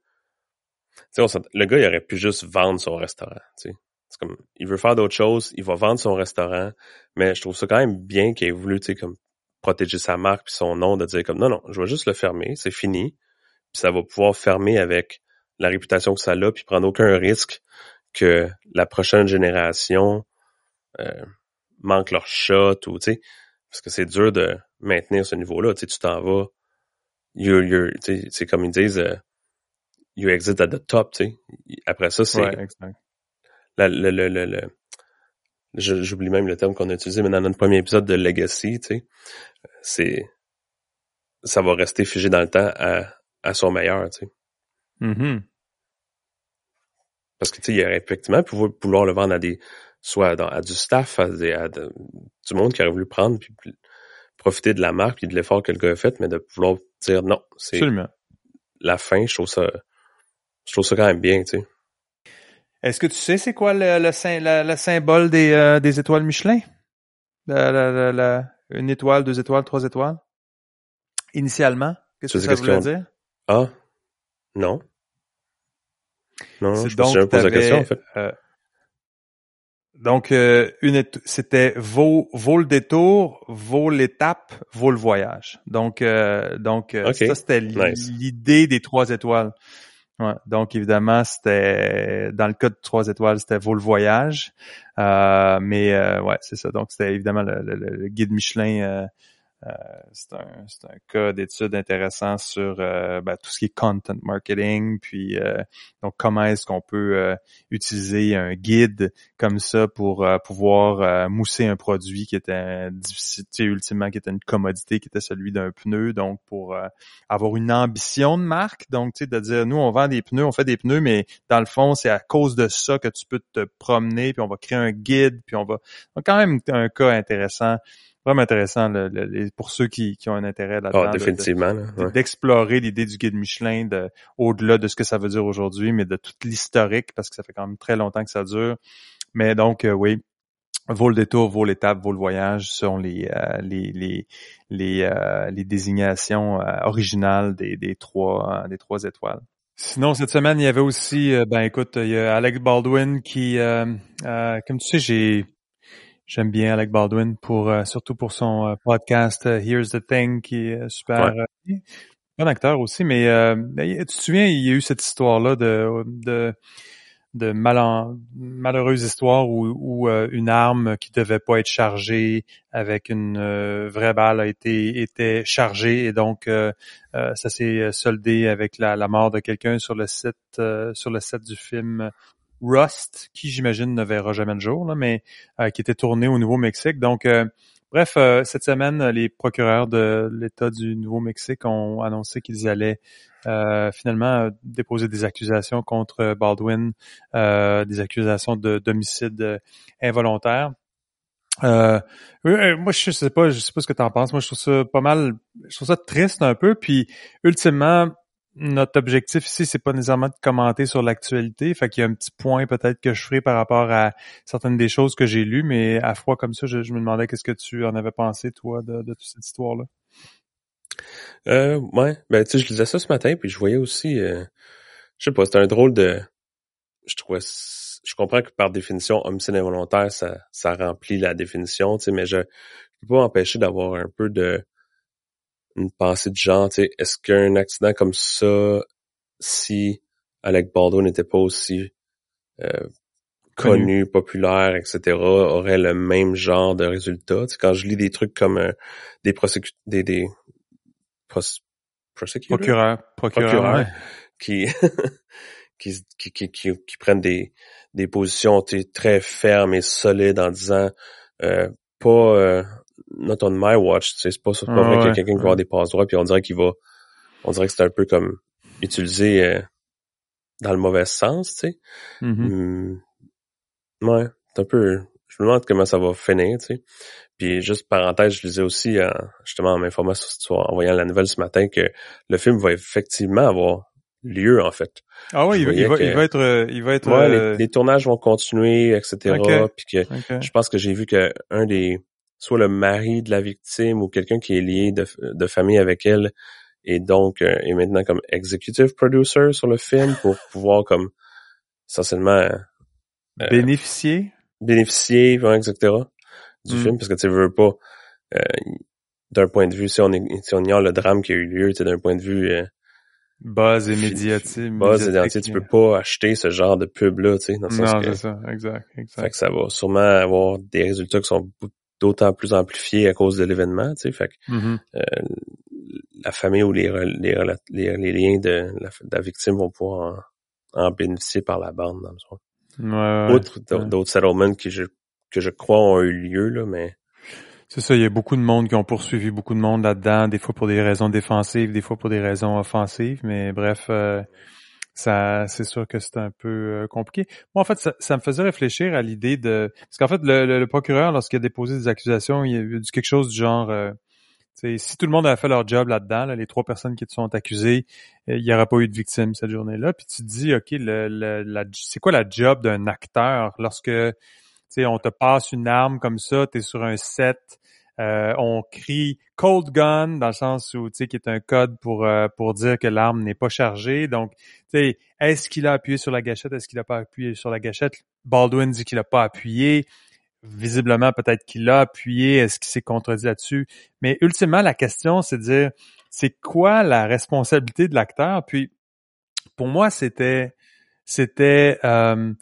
on le gars, il aurait pu juste vendre son restaurant. T'sais. C'est comme il veut faire d'autres choses, il va vendre son restaurant, mais je trouve ça quand même bien qu'il ait voulu comme protéger sa marque puis son nom, de dire comme non, non, je vais juste le fermer, c'est fini, puis ça va pouvoir fermer avec la réputation que ça a, puis prendre aucun risque que la prochaine génération euh, manque leur shot ou tu sais, parce que c'est dur de maintenir ce niveau-là. Tu sais, tu t'en vas, you're, you're, tu sais, c'est comme ils disent, uh, you exit at the top. Tu sais, après ça c'est ouais, exact. La, le, le, le, le, je, j'oublie même le terme qu'on a utilisé, mais dans notre premier épisode de Legacy, tu sais, c'est ça va rester figé dans le temps à, à son meilleur, tu sais. Mm-hmm. Parce que tu sais, il y aurait effectivement pouvoir, pouvoir le vendre à des soit dans, à du staff, à, des, à de, du monde qui aurait voulu prendre puis profiter de la marque puis de l'effort que le gars a fait, mais de pouvoir dire non, c'est Absolument. La fin, je trouve ça je trouve ça quand même bien, tu sais. Est-ce que tu sais c'est quoi le, le, le, le symbole des, euh, des étoiles Michelin? La, la, la, la, une étoile, deux étoiles, trois étoiles? Initialement, qu'est-ce que ça qu'est-ce voulait qu'on... dire? Ah, non. Non, c'est je donc, me pose la question, en fait. Euh, donc, euh, une éto- c'était vaut, vaut le détour, vaut l'étape, vaut le voyage. Donc, euh, donc okay. Ça, c'était nice. L'idée des trois étoiles. Ouais, donc évidemment, c'était dans le cas de trois étoiles, c'était vaut le voyage. Euh, mais euh, ouais, c'est ça. Donc, c'était évidemment le, le, le guide Michelin euh, Euh, c'est un c'est un cas d'étude intéressant sur euh, ben, tout ce qui est content marketing, puis euh, donc comment est-ce qu'on peut euh, utiliser un guide comme ça pour euh, pouvoir euh, mousser un produit qui était difficile, tu sais, ultimement qui était une commodité, qui était celui d'un pneu, donc pour euh, avoir une ambition de marque, donc tu sais de dire nous on vend des pneus, on fait des pneus, mais dans le fond c'est à cause de ça que tu peux te promener, puis on va créer un guide, puis on va donc quand même un cas intéressant. Vraiment intéressant le, le, pour ceux qui, qui ont un intérêt là-dedans. Ah, définitivement. De, là, de, ouais. d'explorer l'idée du guide Michelin de, au-delà de ce que ça veut dire aujourd'hui, mais de tout l'historique, parce que ça fait quand même très longtemps que ça dure. Mais donc, euh, oui, vaut le détour, vaut l'étape, vaut le voyage sont les euh, les les les, euh, les désignations euh, originales des, des trois euh, des trois étoiles. Sinon, cette semaine, il y avait aussi, euh, ben écoute, il y a Alec Baldwin qui, euh, euh, comme tu sais, j'ai J'aime bien Alec Baldwin pour euh, surtout pour son euh, podcast uh, Here's the Thing qui est super Ouais. euh, bon acteur aussi, mais euh, tu te souviens, il y a eu cette histoire-là de de de mal malheureuse histoire où, où euh, une arme qui devait pas être chargée avec une euh, vraie balle a été était chargée et donc euh, euh, ça s'est soldé avec la, la mort de quelqu'un sur le set euh, sur le set du film Rust, qui j'imagine ne verra jamais le jour, là, mais euh, qui était tourné au Nouveau-Mexique. Donc, euh, bref, euh, cette semaine, les procureurs de l'État du Nouveau-Mexique ont annoncé qu'ils allaient euh, finalement déposer des accusations contre Baldwin, euh, des accusations de d'homicide involontaire. Euh, moi, je sais pas, je sais pas ce que t'en penses. Moi, je trouve ça pas mal, je trouve ça triste un peu. Puis, ultimement, notre objectif ici, c'est pas nécessairement de commenter sur l'actualité. Fait qu'il y a un petit point peut-être que je ferai par rapport à certaines des choses que j'ai lues, mais à froid comme ça, je, je me demandais qu'est-ce que tu en avais pensé, toi, de, de toute cette histoire-là. Euh, ouais, ben tu sais, je lisais ça ce matin, puis je voyais aussi, euh, je sais pas, c'était un drôle de, je trouvais, je comprends que par définition, homicide involontaire, ça, ça remplit la définition, tu sais, mais je, je peux pas m'empêcher d'avoir un peu de une pensée de genre, tu sais, est-ce qu'un accident comme ça, si Alec Baldwin n'était pas aussi euh, connu, connu, populaire, et cetera, aurait le même genre de résultat. Tu sais, quand je lis des trucs comme euh, des prosecuteurs, des, des pros, prosecuteurs, procureur, procureur, procureurs ouais. qui, qui, qui, qui, qui, qui prennent des, des positions très fermes et solides en disant euh, pas euh, not on my watch, tu sais, c'est pas, c'est pas oh, vrai ouais, qu'il y a quelqu'un ouais. qui va avoir des passes droits, puis on dirait qu'il va, on dirait que c'est un peu comme utilisé euh, dans le mauvais sens, tu sais. Mm-hmm. Hum, ouais, c'est un peu, je me demande comment ça va finir, tu sais. Puis juste parenthèse, je lisais aussi, euh, justement en m'informant sur cette histoire, en voyant la nouvelle ce matin, que le film va effectivement avoir lieu, en fait. Ah oui, il, il, va, que, il va être... Euh, il va être ouais, euh... les, les tournages vont continuer, et cetera. Okay. Puis que okay. je pense que j'ai vu que un des... soit le mari de la victime ou quelqu'un qui est lié de, de famille avec elle et donc euh, est maintenant comme executive producer sur le film pour pouvoir comme essentiellement... Euh, bénéficier? Bénéficier, ouais, et cetera du mm. film, parce que tu veux pas... Euh, d'un point de vue, si on, est, si on ignore le drame qui a eu lieu, tu sais, d'un point de vue... Euh, buzz et médiatique. Buzz et médiatique, tu peux pas acheter ce genre de pub-là, tu sais, dans le sens non, que... c'est ça, exact, exact. Fait que ça va sûrement avoir des résultats qui sont d'autant plus amplifiés à cause de l'événement, tu sais, fait que mm-hmm. euh, la famille ou les, les, les, les liens de la, de la victime vont pouvoir en, en bénéficier par la bande, dans le sens. Ouais, Outre ouais. d'autres settlements que je, que je crois ont eu lieu, là, mais... C'est ça, il y a beaucoup de monde qui ont poursuivi beaucoup de monde là-dedans, des fois pour des raisons défensives, des fois pour des raisons offensives, mais bref, euh, ça, c'est sûr que c'est un peu euh, compliqué. Moi, en fait, ça, ça me faisait réfléchir à l'idée de... Parce qu'en fait, le, le, le procureur, lorsqu'il a déposé des accusations, il a dit quelque chose du genre... Euh, si tout le monde avait fait leur job là-dedans, là, les trois personnes qui te sont accusées, il n'y aurait pas eu de victimes cette journée-là. Puis tu te dis, OK, le, le, la, c'est quoi la job d'un acteur lorsque... Tu sais, on te passe une arme comme ça, t'es sur un set, euh, on crie cold gun dans le sens où, tu sais, qui est un code pour euh, pour dire que l'arme n'est pas chargée. Donc, tu sais, est-ce qu'il a appuyé sur la gâchette, est-ce qu'il a pas appuyé sur la gâchette? Baldwin dit qu'il a pas appuyé. Visiblement, peut-être qu'il a appuyé. Est-ce qu'il s'est contredit là-dessus? Mais ultimement, la question, c'est de dire, c'est quoi la responsabilité de l'acteur? Puis, pour moi, c'était, c'était, euh,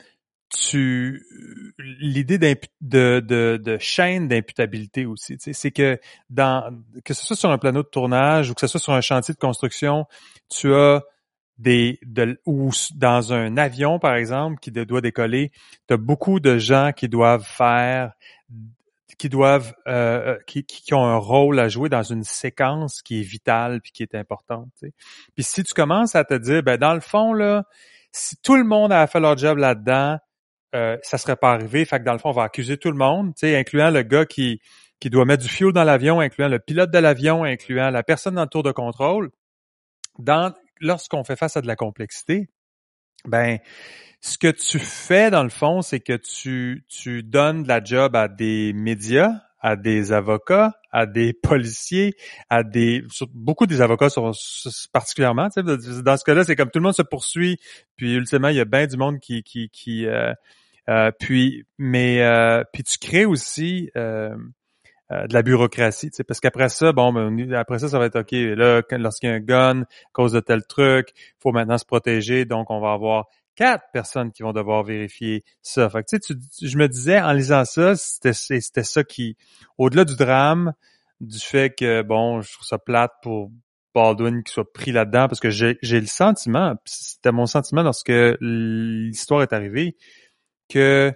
tu l'idée d'impu- de, de, de chaîne d'imputabilité aussi, tu sais, c'est que dans que ce soit sur un plateau de tournage ou que ce soit sur un chantier de construction, tu as des de, ou dans un avion par exemple qui doit décoller, tu as beaucoup de gens qui doivent faire qui doivent euh, qui, qui ont un rôle à jouer dans une séquence qui est vitale puis qui est importante, tu sais. Puis si tu commences à te dire ben dans le fond là, si tout le monde a fait leur job là-dedans, euh, ça serait pas arrivé. Fait que dans le fond, on va accuser tout le monde, tu sais, incluant le gars qui qui doit mettre du fuel dans l'avion, incluant le pilote de l'avion, incluant la personne dans le tour de contrôle. Dans lorsqu'on fait face à de la complexité, ben ce que tu fais dans le fond, c'est que tu tu donnes de la job à des médias, à des avocats, à des policiers, à des beaucoup des avocats sont particulièrement, tu sais, dans ce cas-là, c'est comme tout le monde se poursuit, puis ultimement il y a bien du monde qui qui qui euh, euh, puis mais euh, puis tu crées aussi euh, euh, de la bureaucratie, tu sais, parce qu'après ça, bon, ben, après ça, ça va être OK, là, quand, lorsqu'il y a un gun, à cause de tel truc, il faut maintenant se protéger, donc on va avoir quatre personnes qui vont devoir vérifier ça. Fait que, tu sais, tu, je me disais, en lisant ça, c'était, c'était ça qui, au-delà du drame, du fait que, bon, je trouve ça plate pour Baldwin qui soit pris là-dedans, parce que j'ai, j'ai le sentiment, c'était mon sentiment lorsque l'histoire est arrivée, que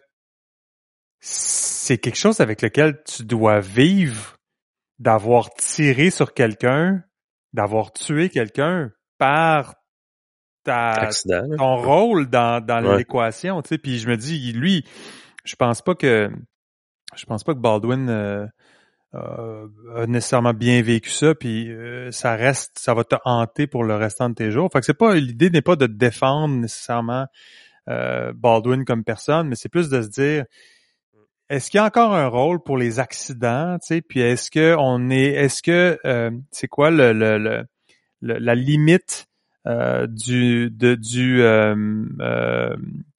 c'est quelque chose avec lequel tu dois vivre, d'avoir tiré sur quelqu'un, d'avoir tué quelqu'un par ta Accident, là. ton rôle dans dans Ouais. l'équation, tu sais. Puis je me dis, lui, je pense pas que je pense pas que Baldwin euh, euh, a nécessairement bien vécu ça. Puis euh, ça reste, ça va te hanter pour le restant de tes jours. Fait que c'est pas l'idée n'est pas de défendre nécessairement euh, Baldwin comme personne, mais c'est plus de se dire, est-ce qu'il y a encore un rôle pour les accidents, tu sais, puis est-ce que on est, est-ce que euh, c'est quoi le, le, le, le la limite euh, du de du euh, euh,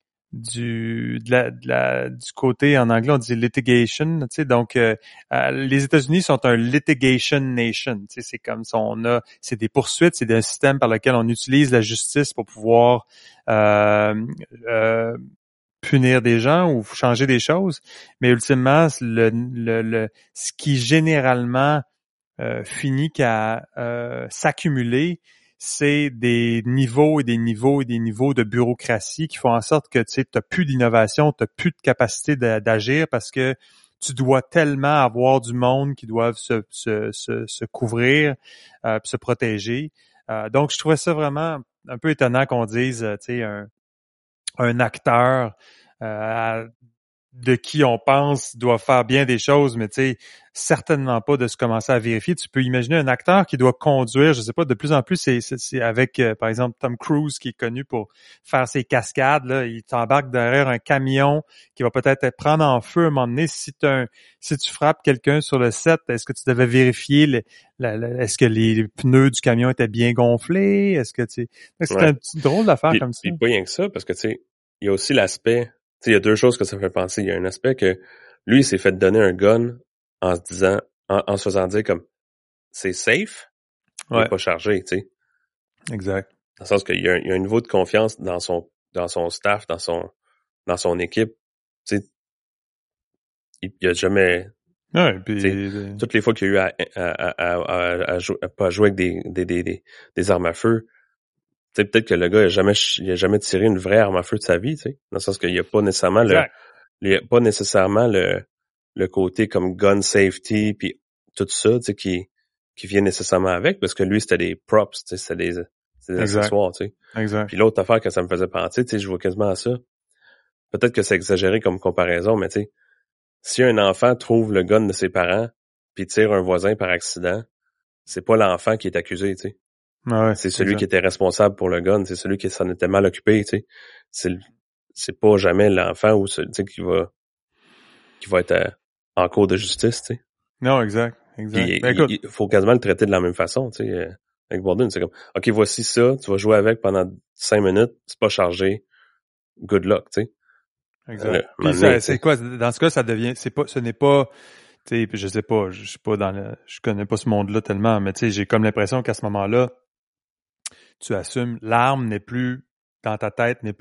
du de la, de la du côté en anglais on dit litigation, tu sais, donc euh, euh, les États-Unis sont un litigation nation, tu sais, c'est comme ça, on a c'est des poursuites, c'est un système par lequel on utilise la justice pour pouvoir euh, euh, punir des gens ou changer des choses, mais ultimement, le, le, le ce qui généralement euh, finit qu'à euh, s'accumuler, c'est des niveaux et des niveaux et des niveaux de bureaucratie qui font en sorte que tu sais, t'as plus d'innovation, t'as plus de capacité de, d'agir parce que tu dois tellement avoir du monde qui doivent se, se, se, se couvrir, euh, se protéger. Euh, donc, je trouvais ça vraiment un peu étonnant qu'on dise, tu sais, un un acteur euh, de qui on pense doit faire bien des choses, mais tu sais, certainement pas de se commencer à vérifier. Tu peux imaginer un acteur qui doit conduire, je sais pas, de plus en plus, c'est, c'est, c'est avec, euh, par exemple, Tom Cruise qui est connu pour faire ses cascades, là, il t'embarque derrière un camion qui va peut-être être prendre en feu à un moment donné. Si, un, si tu frappes quelqu'un sur le set, est-ce que tu devais vérifier, le, la, la, est-ce que les pneus du camion étaient bien gonflés? Est-ce que tu c'est ouais. un petit drôle d'affaire puis, comme ça. Puis pas rien que ça, parce que tu sais, il y a aussi l'aspect, tu sais, il y a deux choses que ça me fait penser. Il y a un aspect que lui, il s'est fait donner un gun en se disant, en, en se faisant dire comme, c'est safe, il ouais. est pas chargé, tu sais. Exact. Dans le sens qu'il y a un, il y a un niveau de confiance dans son, dans son staff, dans son, dans son équipe, tu sais. Il, il a jamais, ouais, puis toutes les fois qu'il y a eu à, à, à, à, à, jouer, à pas jouer avec des, des, des, des, des armes à feu, tu sais, peut-être que le gars, il a jamais, il a jamais tiré une vraie arme à feu de sa vie, tu sais. Dans le sens qu'il n'y a pas nécessairement exact. le, il y a pas nécessairement le, le côté comme gun safety puis tout ça, tu sais, qui, qui vient nécessairement avec, parce que lui, c'était des props, tu sais, c'était des, c'était des accessoires, tu sais. Exact. Puis l'autre affaire que ça me faisait penser, tu sais, je vois quasiment à ça. Peut-être que c'est exagéré comme comparaison, mais tu sais, si un enfant trouve le gun de ses parents puis tire un voisin par accident, c'est pas l'enfant qui est accusé, tu sais. Ouais, c'est celui exact. qui était responsable pour le gun, c'est celui qui s'en était mal occupé, tu sais. C'est, c'est pas jamais l'enfant ou tu sais qui va qui va être à, en cours de justice, tu sais. Non, exact, exact. Puis, ben, il, écoute, il faut quasiment le traiter de la même façon, tu sais. Euh, avec Baldwin, c'est comme, ok, voici ça, tu vas jouer avec pendant cinq minutes, c'est pas chargé, good luck, tu sais. Exact. Euh, Puis ça, c'est quoi dans ce cas, ça devient, c'est pas, ce n'est pas, tu sais, je sais pas, je suis pas dans le, je connais pas ce monde-là tellement, mais tu sais, j'ai comme l'impression qu'à ce moment-là, tu assumes, l'arme n'est plus dans ta tête, n'est plus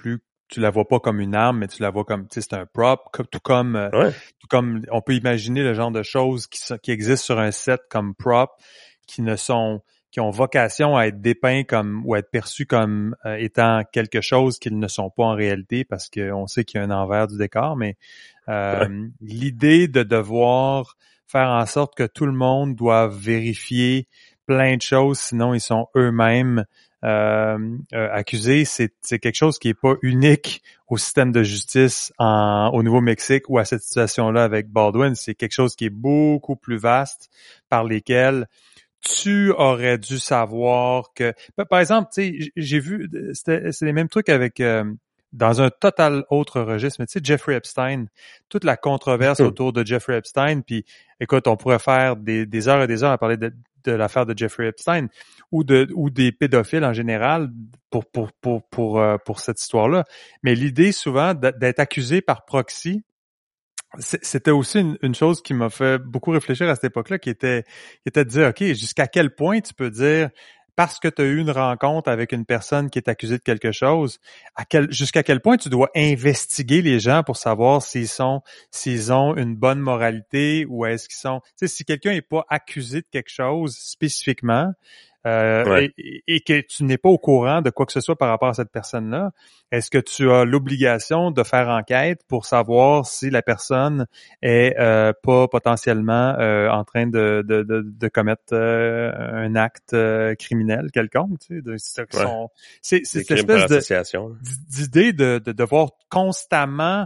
tu la vois pas comme une arme, mais tu la vois comme, tu sais, c'est un prop, comme, tout comme, euh, Ouais. tout comme on peut imaginer le genre de choses qui, sont- qui existent sur un set comme prop, qui ne sont, qui ont vocation à être dépeints comme ou à être perçus comme euh, étant quelque chose qu'ils ne sont pas en réalité, parce qu'on sait qu'il y a un envers du décor, mais euh, Ouais. l'idée de devoir faire en sorte que tout le monde doit vérifier plein de choses, sinon ils sont eux-mêmes euh, euh, accusés, c'est, c'est quelque chose qui est pas unique au système de justice en, au Nouveau-Mexique ou à cette situation-là avec Baldwin. C'est quelque chose qui est beaucoup plus vaste, par lesquels tu aurais dû savoir que... Par exemple, tu sais, j'ai vu, c'était, c'est les mêmes trucs avec... Euh, dans un total autre registre, mais tu sais, Jeffrey Epstein, toute la controverse autour de Jeffrey Epstein, puis écoute, on pourrait faire des, des heures et des heures à parler de, de l'affaire de Jeffrey Epstein ou de ou des pédophiles en général pour pour pour pour pour, pour cette histoire-là. Mais l'idée souvent d'être accusé par proxy, c'était aussi une, une chose qui m'a fait beaucoup réfléchir à cette époque-là, qui était qui était de dire, OK, jusqu'à quel point tu peux dire, parce que tu as eu une rencontre avec une personne qui est accusée de quelque chose, à quel, jusqu'à quel point tu dois investiguer les gens pour savoir s'ils sont, s'ils ont une bonne moralité ou est-ce qu'ils sont... Tu sais, si quelqu'un n'est pas accusé de quelque chose spécifiquement, euh, Ouais. et, et que tu n'es pas au courant de quoi que ce soit par rapport à cette personne-là, est-ce que tu as l'obligation de faire enquête pour savoir si la personne est euh, pas potentiellement euh, en train de, de, de, de commettre euh, un acte euh, criminel quelconque? Tu sais, de, c'est, Ouais. son, c'est, c'est Des cette crimes par espèce de, association. d'idée de, de devoir constamment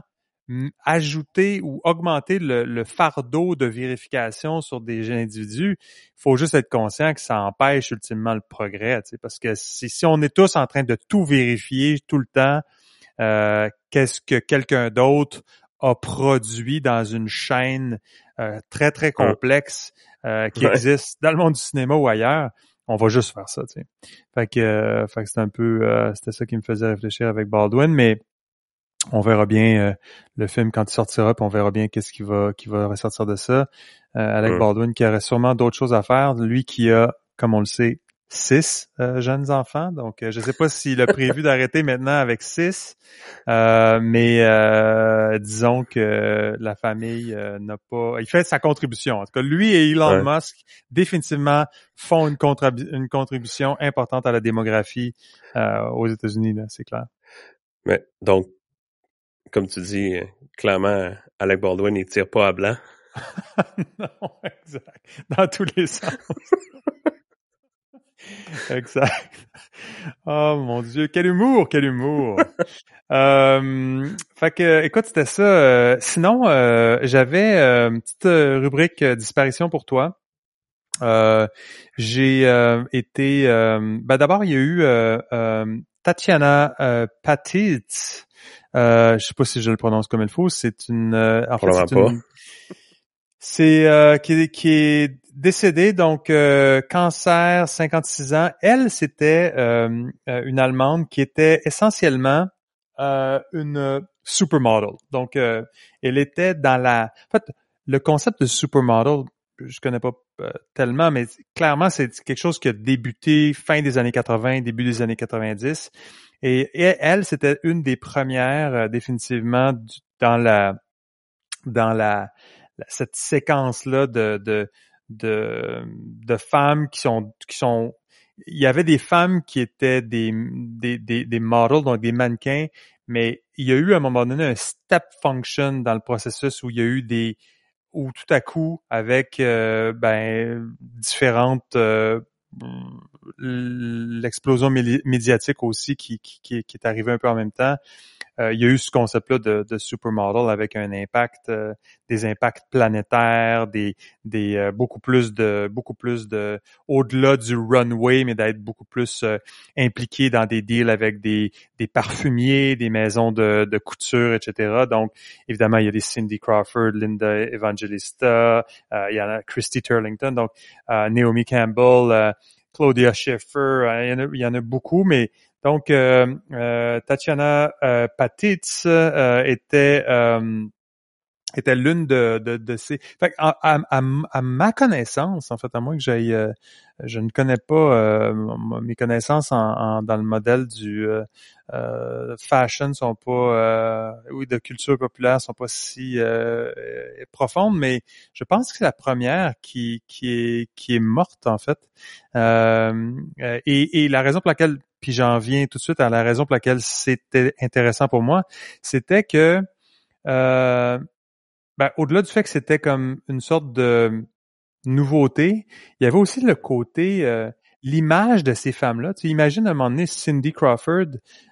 ajouter ou augmenter le, le fardeau de vérification sur des individus. Il faut juste être conscient que ça empêche ultimement le progrès, tu sais, parce que si, si on est tous en train de tout vérifier tout le temps, euh, qu'est-ce que quelqu'un d'autre a produit dans une chaîne euh, très, très complexe euh, qui Ouais. existe dans le monde du cinéma ou ailleurs, on va juste faire ça, tu sais. Fait que, euh, fait que c'est un peu, euh, c'était ça qui me faisait réfléchir avec Baldwin, mais on verra bien euh, le film quand il sortira, puis on verra bien qu'est-ce qui va qui va ressortir de ça. Euh, Alec Mm. Baldwin qui aurait sûrement d'autres choses à faire, lui qui a, comme on le sait, six euh, jeunes enfants. Donc, euh, je ne sais pas s'il a prévu d'arrêter maintenant avec six, euh, mais euh, disons que la famille euh, n'a pas... Il fait sa contribution. En tout cas, lui et Elon Ouais. Musk définitivement font une, contribu- une contribution importante à la démographie euh, aux États-Unis, là, c'est clair. Mais donc, comme tu dis, clairement, Alec Baldwin, il tire pas à blanc. Non, exact. Dans tous les sens. Exact. Oh mon Dieu, quel humour, quel humour. euh, fait que, écoute, c'était ça. Euh, sinon, euh, j'avais euh, une petite rubrique euh, disparition pour toi. Euh, j'ai euh, été... Euh, ben d'abord, il y a eu euh, euh, Tatiana euh, Patitz. Euh, je sais pas si je le prononce comme il faut. C'est une... Euh, en fait, Probablement c'est pas. une... C'est euh, qui, est, qui est décédée, donc euh, cancer, cinquante-six ans. Elle, c'était euh, une Allemande qui était essentiellement euh, une supermodel. Donc, euh, elle était dans la... En fait, le concept de supermodel, je connais pas euh, tellement, mais clairement, c'est quelque chose qui a débuté fin des années quatre-vingts, début des années quatre-vingt-dix. Et, et elle, c'était une des premières, euh, définitivement, du, dans la... dans la cette séquence-là de, de, de, de femmes qui sont, qui sont, il y avait des femmes qui étaient des, des, des, des models, donc des mannequins, mais il y a eu à un moment donné un step function dans le processus où il y a eu des, où tout à coup, avec euh, ben différentes euh, l'explosion médiatique aussi qui, qui, qui est arrivée un peu en même temps, Euh, il y a eu ce concept-là de, de supermodel avec un impact, euh, des impacts planétaires, des, des euh, beaucoup plus de, beaucoup plus de, au-delà du runway, mais d'être beaucoup plus euh, impliqué dans des deals avec des, des parfumiers, des maisons de, de couture, et cetera. Donc, évidemment, il y a des Cindy Crawford, Linda Evangelista, euh, il y en a Christy Turlington, donc euh, Naomi Campbell, euh, Claudia Schiffer, euh, il y en a, il y en a beaucoup, mais donc, euh, euh, Tatiana euh, Patitz euh, était euh, était l'une de, de, de ces... Fait que à, à, à, à ma connaissance, en fait, à moins que j'aille... Euh, je ne connais pas euh, mes connaissances en, en, dans le modèle du euh, euh, fashion sont pas... Euh, oui, de culture populaire sont pas si euh, profondes, mais je pense que c'est la première qui, qui, est, qui est morte, en fait. Euh, et, et la raison pour laquelle... Puis j'en viens tout de suite à la raison pour laquelle c'était intéressant pour moi, c'était que... Euh, Ben, au-delà du fait que c'était comme une sorte de nouveauté, il y avait aussi le côté, euh, l'image de ces femmes-là. Tu sais, imagine à un moment donné Cindy Crawford,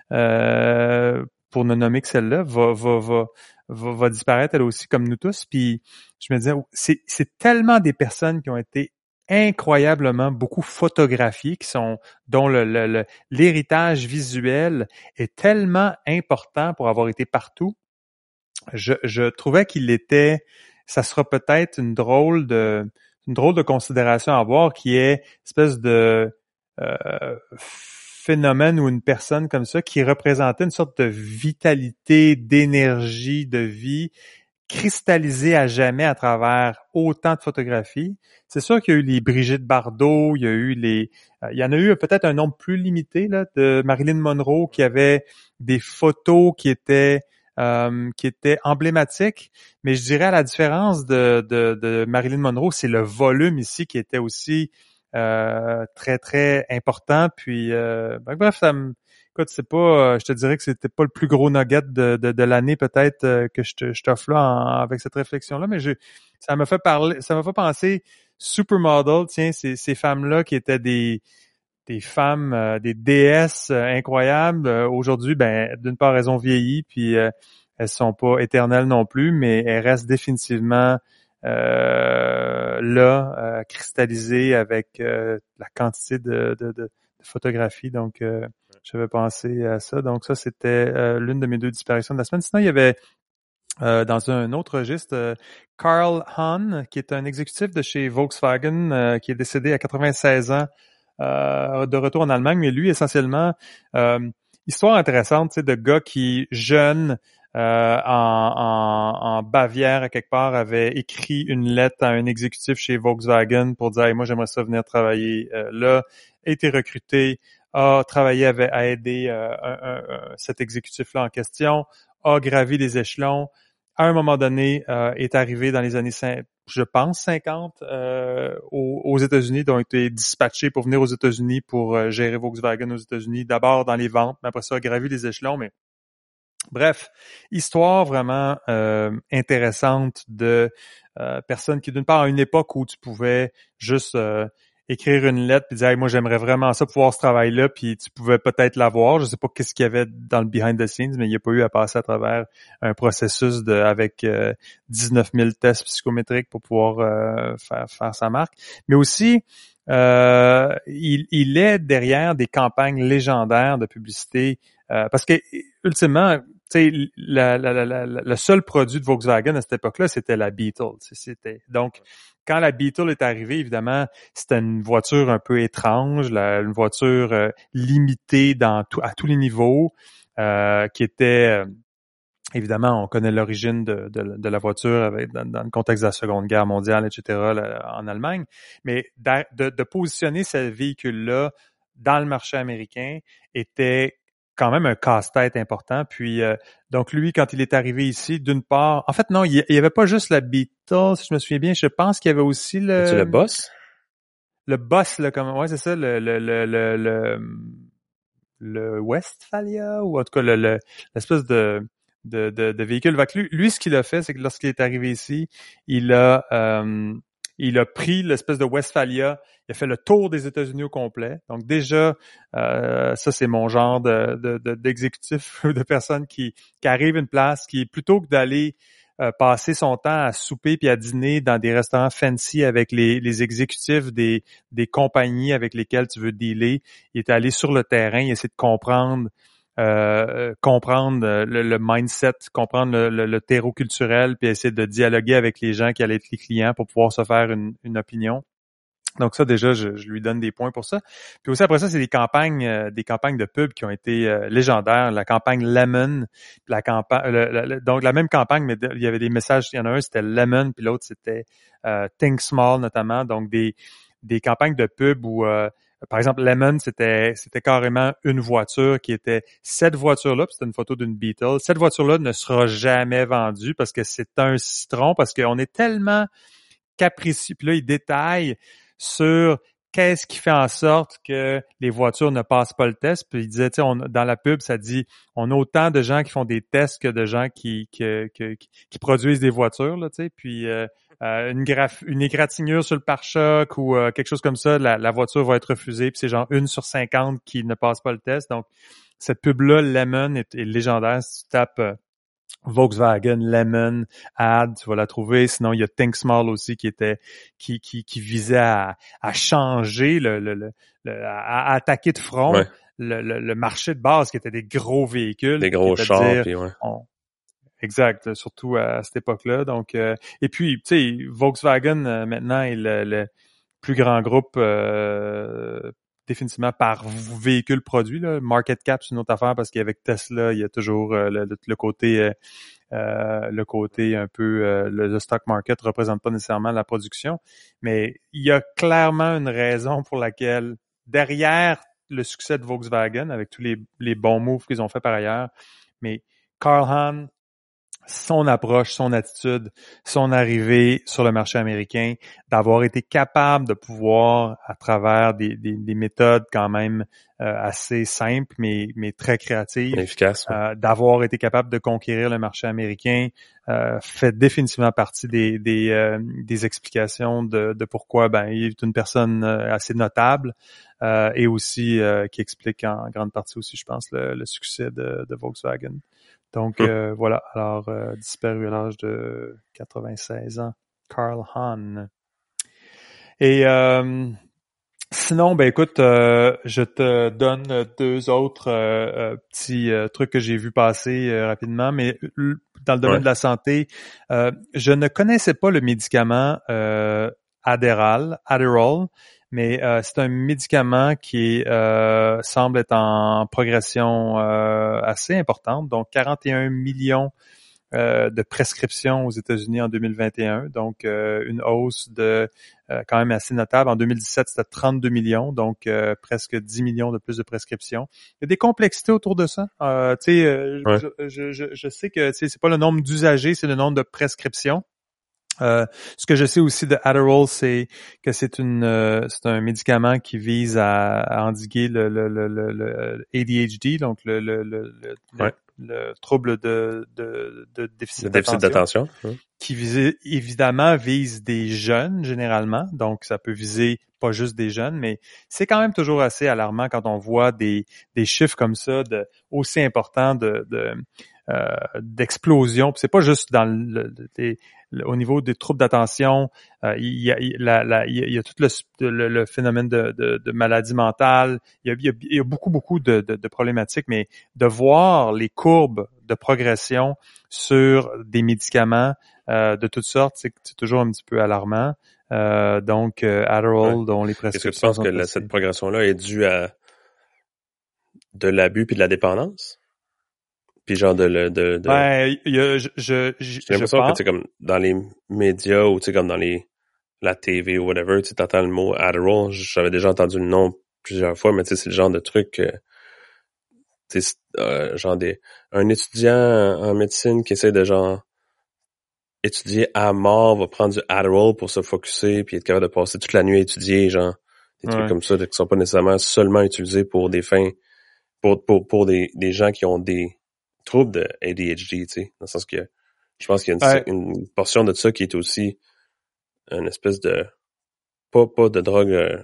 euh, pour ne nommer que celle-là, va, va, va, va, va disparaître elle aussi comme nous tous. Puis je me disais, c'est, c'est tellement des personnes qui ont été incroyablement beaucoup photographiées, qui sont dont le, le, le, l'héritage visuel est tellement important pour avoir été partout. Je, je trouvais qu'il était, ça sera peut-être une drôle de, une drôle de considération à avoir, qui est une espèce de euh, phénomène ou une personne comme ça qui représentait une sorte de vitalité, d'énergie, de vie cristallisée à jamais à travers autant de photographies. C'est sûr qu'il y a eu les Brigitte Bardot, il y a eu les, euh, il y en a eu peut-être un nombre plus limité là de Marilyn Monroe qui avait des photos qui étaient Euh, qui était emblématique, mais je dirais à la différence de, de, de Marilyn Monroe, c'est le volume ici qui était aussi euh, très, très important. Puis, euh, ben, bref, ça me, écoute, c'est pas, je te dirais que c'était pas le plus gros nugget de, de, de l'année peut-être euh, que je, te, je t'offre là en, avec cette réflexion-là, mais je, ça m'a fait parler, ça m'a fait penser Supermodel, tiens, ces, ces femmes-là qui étaient des des femmes, euh, des déesses euh, incroyables. Euh, aujourd'hui, ben, d'une part, elles ont vieilli, puis euh, elles sont pas éternelles non plus, mais elles restent définitivement euh, là, euh, cristallisées avec euh, la quantité de, de, de, de photographies. Donc, euh, j'avais pensé à ça. Donc, ça, c'était euh, l'une de mes deux disparitions de la semaine. Sinon, il y avait Euh, dans un autre registre, euh, Carl Hahn, qui est un exécutif de chez Volkswagen, euh, qui est décédé à quatre-vingt-seize ans, euh, de retour en Allemagne, mais lui, essentiellement, euh, histoire intéressante, tu sais, de gars qui, jeune, euh, en, en, en Bavière, à quelque part, avait écrit une lettre à un exécutif chez Volkswagen pour dire hey, « moi, j'aimerais ça venir travailler euh, là », a été recruté, a travaillé avec, a aidé euh, un, un, un, cet exécutif-là en question, a gravi les échelons, à un moment donné, euh, est arrivé dans les années, je pense, cinquante euh, aux, aux États-Unis, donc ont été dispatchés pour venir aux États-Unis pour euh, gérer Volkswagen aux États-Unis, d'abord dans les ventes, mais après ça, a gravi les échelons. Mais bref, histoire vraiment euh, intéressante de euh, personnes qui, d'une part, à une époque où tu pouvais juste euh, écrire une lettre puis dire hey, moi j'aimerais vraiment ça pouvoir ce travail-là, puis tu pouvais peut-être l'avoir. Je sais pas qu'est-ce qu'il y avait dans le behind the scenes, mais il n'y a pas eu à passer à travers un processus de avec euh, dix-neuf mille tests psychométriques pour pouvoir euh, faire, faire sa marque. Mais aussi, euh, il, il est derrière des campagnes légendaires de publicité euh, parce que ultimement, tu sais, la, la, la, la, le seul produit de Volkswagen à cette époque-là, c'était la Beetle. C'était donc quand la Beetle est arrivée, évidemment, c'était une voiture un peu étrange, la, une voiture euh, limitée dans tout, à tous les niveaux, euh, qui était, euh, évidemment, on connaît l'origine de, de, de la voiture avec, dans, dans le contexte de la Seconde Guerre mondiale, et cetera, là, en Allemagne, mais de, de positionner ce véhicule-là dans le marché américain était quand même un casse-tête important. Puis euh, donc lui, quand il est arrivé ici, d'une part, en fait non, il n'y avait pas juste la Beetle, si je me souviens bien, je pense qu'il y avait aussi le. C'est le Boss? Le Boss, là, comme ouais, c'est ça, le le le le le, le Westphalia, ou en tout cas le, le l'espèce de de, de, de véhicule. Lui, lui, ce qu'il a fait, c'est que lorsqu'il est arrivé ici, il a euh, il a pris l'espèce de Westphalia, il a fait le tour des États-Unis au complet. Donc déjà, euh, ça c'est mon genre de, de, de d'exécutif, de personne qui, qui arrive à une place, qui plutôt que d'aller euh, passer son temps à souper puis à dîner dans des restaurants fancy avec les, les exécutifs des, des compagnies avec lesquelles tu veux dealer, il est allé sur le terrain, il essaie de comprendre Euh, comprendre le, le mindset, comprendre le, le, le terreau culturel, puis essayer de dialoguer avec les gens qui allaient être les clients pour pouvoir se faire une, une opinion. Donc ça, déjà, je, je lui donne des points pour ça. Puis aussi, après ça, c'est des campagnes euh, des campagnes de pub qui ont été euh, légendaires. La campagne Lemon, la campagne, le, le, donc la même campagne, mais de, il y avait des messages. Il y en a un, c'était Lemon, puis l'autre, c'était euh, Think Small, notamment. Donc, des des campagnes de pub où, euh, par exemple, Lemon, c'était c'était carrément une voiture qui était cette voiture-là, puis c'était une photo d'une Beetle. Cette voiture-là ne sera jamais vendue parce que c'est un citron, parce qu'on est tellement capricieux. Puis là, il détaille sur qu'est-ce qui fait en sorte que les voitures ne passent pas le test. Puis il disait, tu sais, on, dans la pub, ça dit, on a autant de gens qui font des tests que de gens qui qui, qui, qui produisent des voitures, là, tu sais. Puis euh, euh, une, graf, une égratignure sur le pare-choc ou euh, quelque chose comme ça, la, la voiture va être refusée. Puis c'est genre une sur cinquante qui ne passe pas le test. Donc, cette pub-là, Lemon, est, est légendaire. Si tu tapes euh, Volkswagen Lemon ad, tu vas la trouver. Sinon, il y a Think Small aussi qui était qui qui, qui visait à, à changer le, le, le, le à, à attaquer de front ouais. le, le, le marché de base qui était des gros véhicules, des gros chars, puis ouais. On, exact, surtout à cette époque-là. Donc, euh, et puis, tu sais, Volkswagen euh, maintenant est le, le plus grand groupe euh, définitivement par véhicule produit. Là. Market cap, c'est une autre affaire parce qu'avec Tesla, il y a toujours euh, le, le côté euh, euh, le côté un peu euh, le, le stock market représente pas nécessairement la production, mais il y a clairement une raison pour laquelle derrière le succès de Volkswagen, avec tous les, les bons moves qu'ils ont fait par ailleurs, mais Carl Hahn, son approche, son attitude, son arrivée sur le marché américain, d'avoir été capable de pouvoir, à travers des, des, des méthodes quand même euh, assez simples, mais, mais très créatives, efficace, ouais. euh, d'avoir été capable de conquérir le marché américain, euh, fait définitivement partie des, des, euh, des explications de, de pourquoi ben, il est une personne assez notable euh, et aussi euh, qui explique en grande partie aussi, je pense, le, le succès de, de Volkswagen. Donc, euh, voilà. Alors, euh, disparu à l'âge de quatre-vingt-seize ans, Carl Hahn. Et euh, sinon, ben écoute, euh, je te donne deux autres euh, petits euh, trucs que j'ai vus passer euh, rapidement, mais dans le domaine ouais. de la santé, euh, je ne connaissais pas le médicament euh, Adderall, Adderall, mais euh, c'est un médicament qui euh, semble être en progression euh, assez importante, donc quarante et un millions euh, de prescriptions aux États-Unis en deux mille vingt et un, donc euh, une hausse de euh, quand même assez notable. En deux mille dix-sept, c'était trente-deux millions, donc euh, presque dix millions de plus de prescriptions. Il y a des complexités autour de ça. Euh, tu sais, euh, ouais. je, je, je, je sais que c'est pas le nombre d'usagers, c'est le nombre de prescriptions. Euh, ce que je sais aussi de Adderall, c'est que c'est une euh, c'est un médicament qui vise à, à endiguer le, le, le, le A D H D, donc le le le, le, ouais. le, le trouble de de, de déficit, le déficit d'attention, d'attention, qui vise, évidemment vise des jeunes généralement, donc ça peut viser pas juste des jeunes, mais c'est quand même toujours assez alarmant quand on voit des des chiffres comme ça de aussi importants de de euh, d'explosion. Puis c'est pas juste dans le, le, le au niveau des troubles d'attention, euh, il y a il, la, la, il y a tout le, le, le phénomène de, de, de maladie mentale. Il y a, il y a, il y a beaucoup beaucoup de, de, de problématiques, mais de voir les courbes de progression sur des médicaments euh, de toutes sortes, c'est, c'est toujours un petit peu alarmant. Euh, donc, euh, Adderall, ouais. dont les prescriptions... Est-ce que tu penses que la, cette progression-là est due à de l'abus puis de la dépendance? Puis genre de... de, de, de... Ben, il y a, je, je, je, J'ai l'impression je pense... que, tu sais, comme dans les médias ou, tu sais, comme dans les la T V ou whatever, tu t'entends le mot Adderall. J'avais déjà entendu le nom plusieurs fois, mais tu sais, c'est le genre de truc... Euh, tu sais, euh, genre des... Un étudiant en médecine qui essaie de, genre... étudier à mort, va prendre du Adderall pour se focusser puis être capable de passer toute la nuit à étudier, genre des ouais. trucs comme ça qui sont pas nécessairement seulement utilisés pour des fins pour pour pour des des gens qui ont des troubles de A D H D, tu sais, dans le sens que je pense qu'il y a une, ouais. une portion de ça qui est aussi une espèce de pas pas de drogue euh,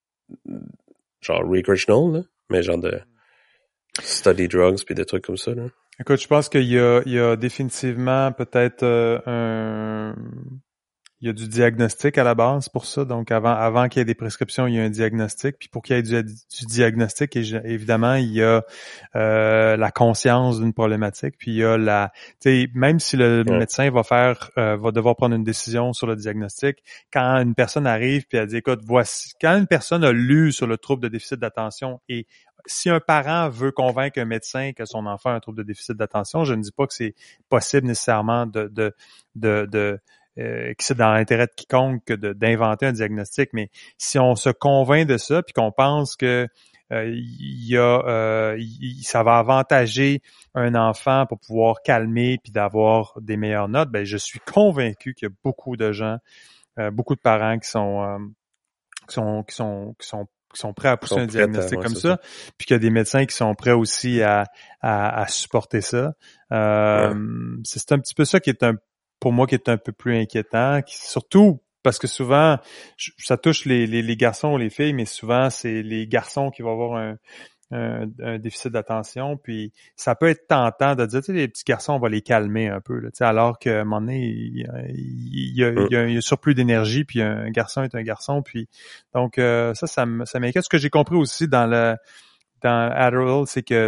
genre recreational là, mais genre de study drugs puis des trucs comme ça là. Écoute, je pense qu'il y a, il y a définitivement peut-être euh, un... il y a du diagnostic à la base pour ça. Donc, avant avant qu'il y ait des prescriptions, il y a un diagnostic. Puis pour qu'il y ait du, du diagnostic, évidemment, il y a euh, la conscience d'une problématique. Puis il y a la... Tu sais, même si le Ouais. médecin va faire, euh, va devoir prendre une décision sur le diagnostic, quand une personne arrive puis elle dit, écoute, voici... Quand une personne a lu sur le trouble de déficit d'attention et si un parent veut convaincre un médecin que son enfant a un trouble de déficit d'attention, je ne dis pas que c'est possible nécessairement de... de, de, de Euh, que c'est dans l'intérêt de quiconque de, d'inventer un diagnostic, mais si on se convainc de ça, puis qu'on pense que euh, il y a, euh, il, ça va avantager un enfant pour pouvoir calmer puis d'avoir des meilleures notes, ben je suis convaincu qu'il y a beaucoup de gens, euh, beaucoup de parents qui sont, euh, qui sont, qui sont, qui sont qui sont prêts à pousser un diagnostic à, ouais, comme ça, ça, puis qu'il y a des médecins qui sont prêts aussi à, à, à supporter ça. Euh, ouais. c'est, c'est un petit peu ça qui est un pour moi qui est un peu plus inquiétant, qui, surtout parce que souvent, ça touche les, les, les garçons ou les filles, mais souvent, c'est les garçons qui vont avoir un, un, un déficit d'attention, puis ça peut être tentant de dire, tu sais, les petits garçons, on va les calmer un peu, là, tu sais, alors qu'à un moment donné, il, il, y a, il, y a, il y a un surplus d'énergie, puis un garçon est un garçon, puis donc euh, ça, ça, ça m'inquiète. Ce que j'ai compris aussi dans le dans Adderall, c'est que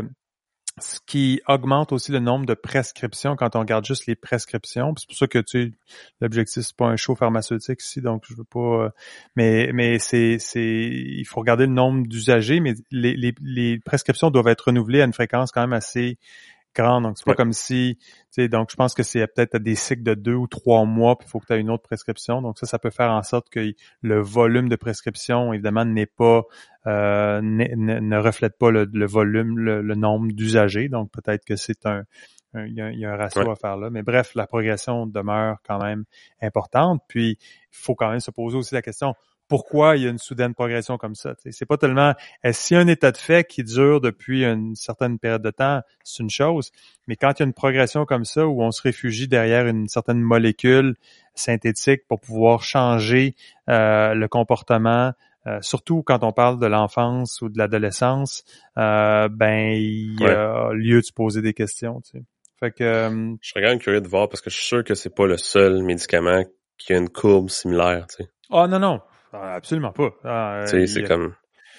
ce qui augmente aussi le nombre de prescriptions quand on regarde juste les prescriptions. C'est pour ça que tu sais, l'objectif c'est pas un show pharmaceutique ici, donc je veux pas. Euh, mais mais c'est c'est il faut regarder le nombre d'usagers, mais les les les prescriptions doivent être renouvelées à une fréquence quand même assez grande. Donc c'est pas ouais. comme si, tu sais, donc je pense que c'est peut-être des cycles de deux ou trois mois, puis il faut que tu aies une autre prescription. Donc ça, ça peut faire en sorte que le volume de prescription, évidemment, n'est pas euh, ne, ne reflète pas le, le volume, le, le nombre d'usagers. Donc peut-être que c'est un il y a, il y a un ratio ouais. à faire là. Mais bref, la progression demeure quand même importante. Puis il faut quand même se poser aussi la question, pourquoi il y a une soudaine progression comme ça? T'sais. C'est pas tellement... S'il y a un état de fait qui dure depuis une certaine période de temps, c'est une chose. Mais quand il y a une progression comme ça, où on se réfugie derrière une certaine molécule synthétique pour pouvoir changer euh, le comportement, euh, surtout quand on parle de l'enfance ou de l'adolescence, euh, ben il y a ouais. lieu de se poser des questions. T'sais. Fait que... Euh, je serais quand même curieux de voir, parce que je suis sûr que c'est pas le seul médicament qui a une courbe similaire. T'sais. Ah non, non. Absolument pas. Ah, tu sais, il, c'est comme...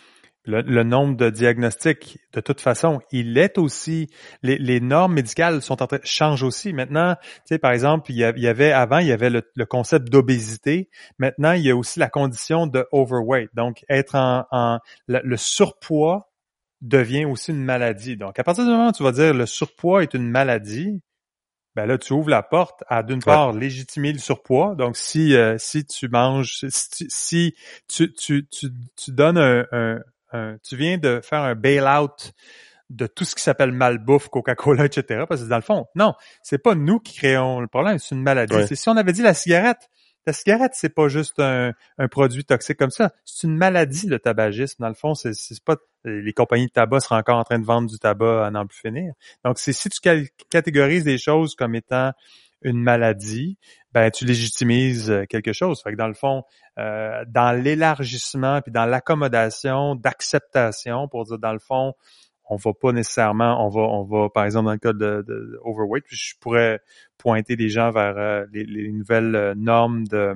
Le, le nombre de diagnostics, de toute façon, il est aussi... Les, les normes médicales sont en train changent aussi. Maintenant, tu sais, par exemple, il y avait avant, il y avait le, le concept d'obésité. Maintenant, il y a aussi la condition de overweight. Donc, être en... en le, le surpoids devient aussi une maladie. Donc, à partir du moment où tu vas dire le surpoids est une maladie, ben là, tu ouvres la porte à, d'une part, ouais. légitimer le surpoids. Donc, si euh, si tu manges, si tu, si tu, tu, tu, tu donnes un, un, un... Tu viens de faire un bail-out de tout ce qui s'appelle malbouffe, Coca-Cola, et cetera. Parce que dans le fond, non, c'est pas nous qui créons le problème, c'est une maladie. Ouais. C'est, si on avait dit la cigarette, la cigarette, c'est pas juste un, un produit toxique comme ça. C'est une maladie, le tabagisme. Dans le fond, c'est, c'est pas... Les compagnies de tabac seraient encore en train de vendre du tabac à n'en plus finir. Donc, c'est si tu catégorises des choses comme étant une maladie, ben tu légitimises quelque chose. Fait que dans le fond, euh, dans l'élargissement puis dans l'accommodation, d'acceptation, pour dire dans le fond, on va pas nécessairement, on va, on va, par exemple, dans le cas de, de, de overweight, puis je pourrais pointer des gens vers euh, les, les nouvelles normes de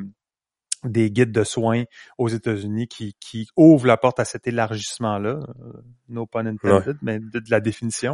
des guides de soins aux États-Unis qui, qui ouvrent la porte à cet élargissement-là, euh, no pun intended, ouais. mais de, de la définition.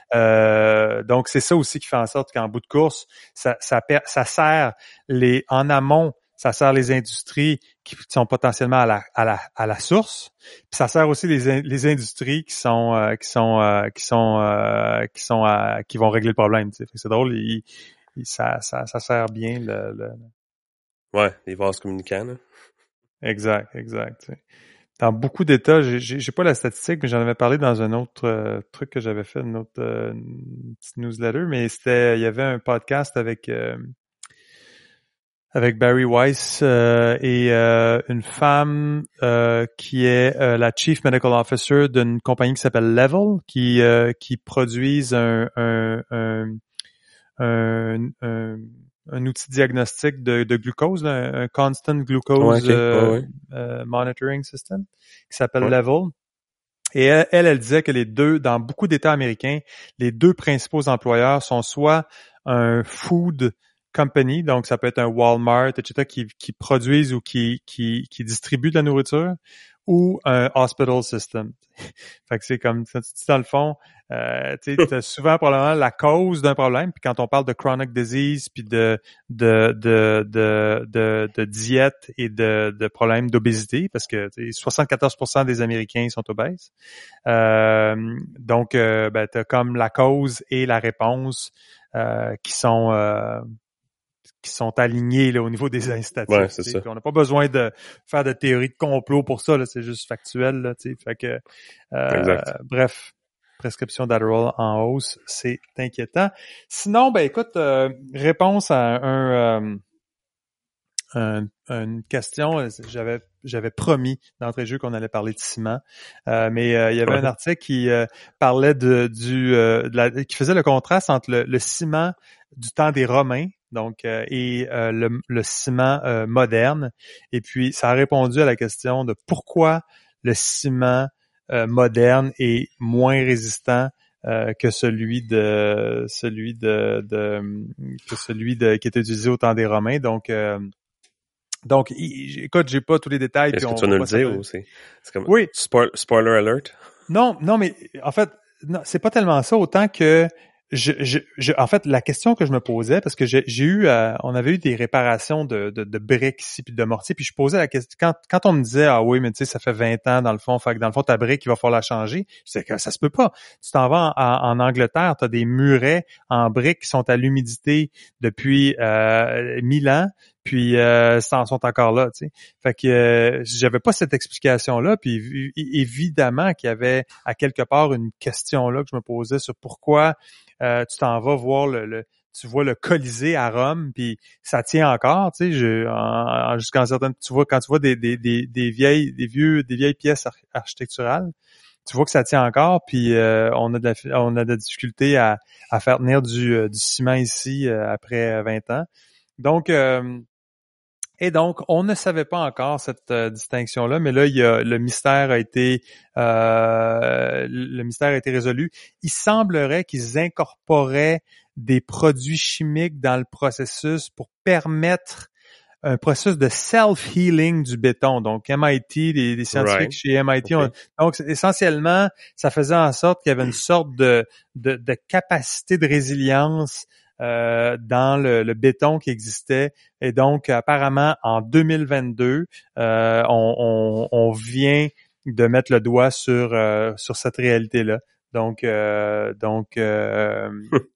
euh, donc, c'est ça aussi qui fait en sorte qu'en bout de course, ça, ça, ça sert les, en amont, ça sert les industries qui sont potentiellement à la, à la, à la source, puis ça sert aussi les, les industries qui sont, euh, qui sont, euh, qui sont, euh, qui sont, euh, qui vont régler le problème. Tu sais. C'est drôle, il, il, ça, ça, ça sert bien le, le ouais, les vases communicants. Là. Exact, exact. Tu sais. Dans beaucoup d'États, j'ai, j'ai, j'ai pas la statistique, mais j'en avais parlé dans un autre euh, truc que j'avais fait, une autre euh, une petite newsletter, mais c'était, il y avait un podcast avec euh, avec Barry Weiss euh, et euh, une femme euh, qui est euh, la Chief Medical Officer d'une compagnie qui s'appelle Level, qui euh, qui produisent un un, un, un, un un outil diagnostic de, de glucose, là, un constant glucose ouais, okay. euh, ouais, ouais. Euh, monitoring system qui s'appelle ouais. Level. Et elle, elle, elle disait que les deux, dans beaucoup d'États américains, les deux principaux employeurs sont soit un food company, donc ça peut être un Walmart, et cetera, qui, qui produisent ou qui, qui, qui distribuent de la nourriture, ou un hospital system. Fait que c'est comme, dans le fond, euh, tu sais, souvent probablement la cause d'un problème, puis quand on parle de chronic disease, puis de de de de de, de diète et de, de problèmes d'obésité, parce que soixante-quatorze pour cent des Américains sont obèses. Euh, donc, euh, ben, t'as comme la cause et la réponse euh, qui sont euh, qui sont alignés là, au niveau des incitatifs. Ouais, c'est ça. On n'a pas besoin de faire de théorie de complot pour ça, là, c'est juste factuel. Là, fait que, euh, bref, prescription d'Adderall en hausse, c'est inquiétant. Sinon, ben écoute, euh, réponse à un, euh, un une question, j'avais j'avais promis d'entrée de jeu qu'on allait parler de ciment, euh, mais euh, il y avait un article qui euh, parlait de du euh, de la, qui faisait le contraste entre le, le ciment du temps des Romains, donc euh, et euh, le, le ciment euh, moderne, et puis ça a répondu à la question de pourquoi le ciment euh, moderne est moins résistant euh, que celui de celui de, de que celui de qui était utilisé au temps des Romains, donc euh, Donc, écoute, j'ai pas tous les détails. Est-ce puis que on tu vas nous le dire s'appeler. ou c'est, c'est comme oui. spoil, spoiler alert? Non, non, mais en fait, non, c'est pas tellement ça, autant que je, je, je en fait, la question que je me posais, parce que j'ai, j'ai eu, euh, on avait eu des réparations de, de, de briques ici puis de mortier, puis je posais la question quand, quand on me disait ah oui, mais tu sais, ça fait vingt ans dans le fond, fait que dans le fond ta brique il va falloir la changer. Je disais que ça se peut pas. Tu t'en vas en, en, en Angleterre, tu as des murets en briques qui sont à l'humidité depuis euh, mille ans. Puis euh, ils sont encore là, tu sais. Fait que euh, j'avais pas cette explication-là. Puis évidemment qu'il y avait à quelque part une question là que je me posais sur pourquoi euh, tu t'en vas voir le, le tu vois le Colisée à Rome, puis ça tient encore, tu sais. Je, en, en, jusqu'en certain, tu vois quand tu vois des des des, des vieilles des vieux des vieilles pièces ar- architecturales, tu vois que ça tient encore. Puis euh, on a de la on a de la difficulté à à faire tenir du du ciment ici euh, après vingt ans. Donc euh, Et donc, on ne savait pas encore cette euh, distinction-là, mais là, il y a, le mystère a été euh, le mystère a été résolu. Il semblerait qu'ils incorporaient des produits chimiques dans le processus pour permettre un processus de self-healing du béton. Donc, M I T, les, les scientifiques right. chez M I T, okay. ont, donc essentiellement, ça faisait en sorte qu'il y avait une sorte de, de, de capacité de résilience Euh, dans le, le béton qui existait. Et donc, apparemment, en deux mille vingt-deux, euh, on, on, on vient de mettre le doigt sur euh, sur cette réalité-là. Donc, euh, donc, euh,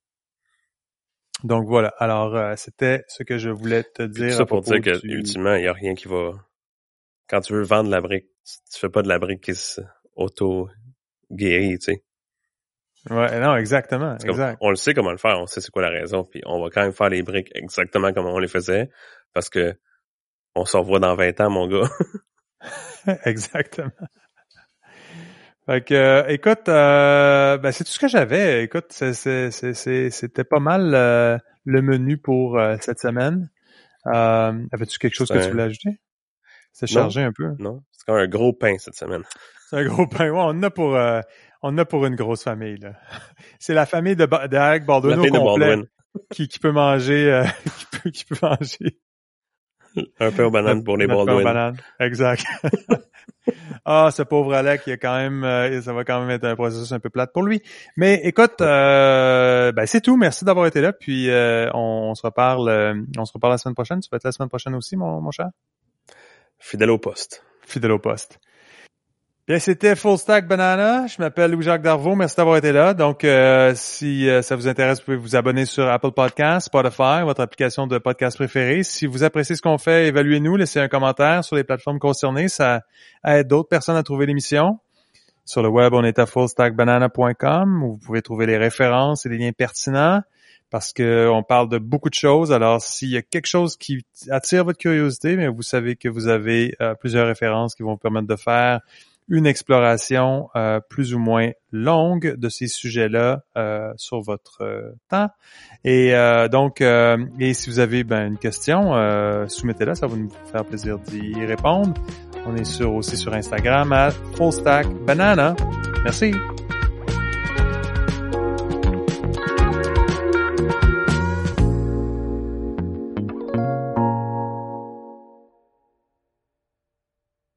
donc voilà. Alors, euh, c'était ce que je voulais te dire. Tout ça pour dire que du... ultimement, il n'y a rien qui va. Quand tu veux vendre la brique, tu fais pas de la brique qui s'auto-guérit, tu sais. Ouais, non, exactement, exact. On le sait comment le faire, on sait c'est quoi la raison, puis on va quand même faire les briques exactement comme on les faisait, parce que on se revoit dans vingt ans, mon gars. Exactement. Fait que, euh, écoute, euh, ben c'est tout ce que j'avais. Écoute, c'est, c'est, c'est, c'est, c'était pas mal euh, le menu pour euh, cette semaine. Euh, avais-tu quelque chose c'est que un... tu voulais ajouter? C'est chargé non, un peu. Non, c'est comme un gros pain cette semaine. C'est un gros pain. Ouais, on en a pour, euh, on en a pour une grosse famille là. C'est la famille de, ba- de Alec Baldwin au complet Baldwin. Qui, qui peut manger, euh, qui peut, qui peut manger. Un pain aux bananes pour les Baldwin. Un pain aux bananes, exact. Ah, ce pauvre Alec, il a quand même, euh, ça va quand même être un processus un peu plate pour lui. Mais écoute, euh, ben c'est tout. Merci d'avoir été là. Puis euh, on, on se reparle, euh, on se reparle la semaine prochaine. Tu vas être la semaine prochaine aussi, mon, mon cher. Fidèle au poste. Fidèle au poste. Bien, c'était Full Stack Banana. Je m'appelle Louis-Jacques Darvaux. Merci d'avoir été là. Donc, euh, si euh, ça vous intéresse, vous pouvez vous abonner sur Apple Podcasts, Spotify, votre application de podcast préférée. Si vous appréciez ce qu'on fait, évaluez-nous, laissez un commentaire sur les plateformes concernées. Ça aide d'autres personnes à trouver l'émission. Sur le web, on est à full stack banana point com où vous pouvez trouver les références et les liens pertinents parce que on parle de beaucoup de choses. Alors, s'il y a quelque chose qui attire votre curiosité, mais vous savez que vous avez euh, plusieurs références qui vont vous permettre de faire une exploration euh, plus ou moins longue de ces sujets-là euh, sur votre euh, temps. Et euh, donc, euh, et si vous avez ben, une question, euh, soumettez-la, ça va nous faire plaisir d'y répondre. On est sur, aussi sur Instagram à Full Stack Banana. Merci.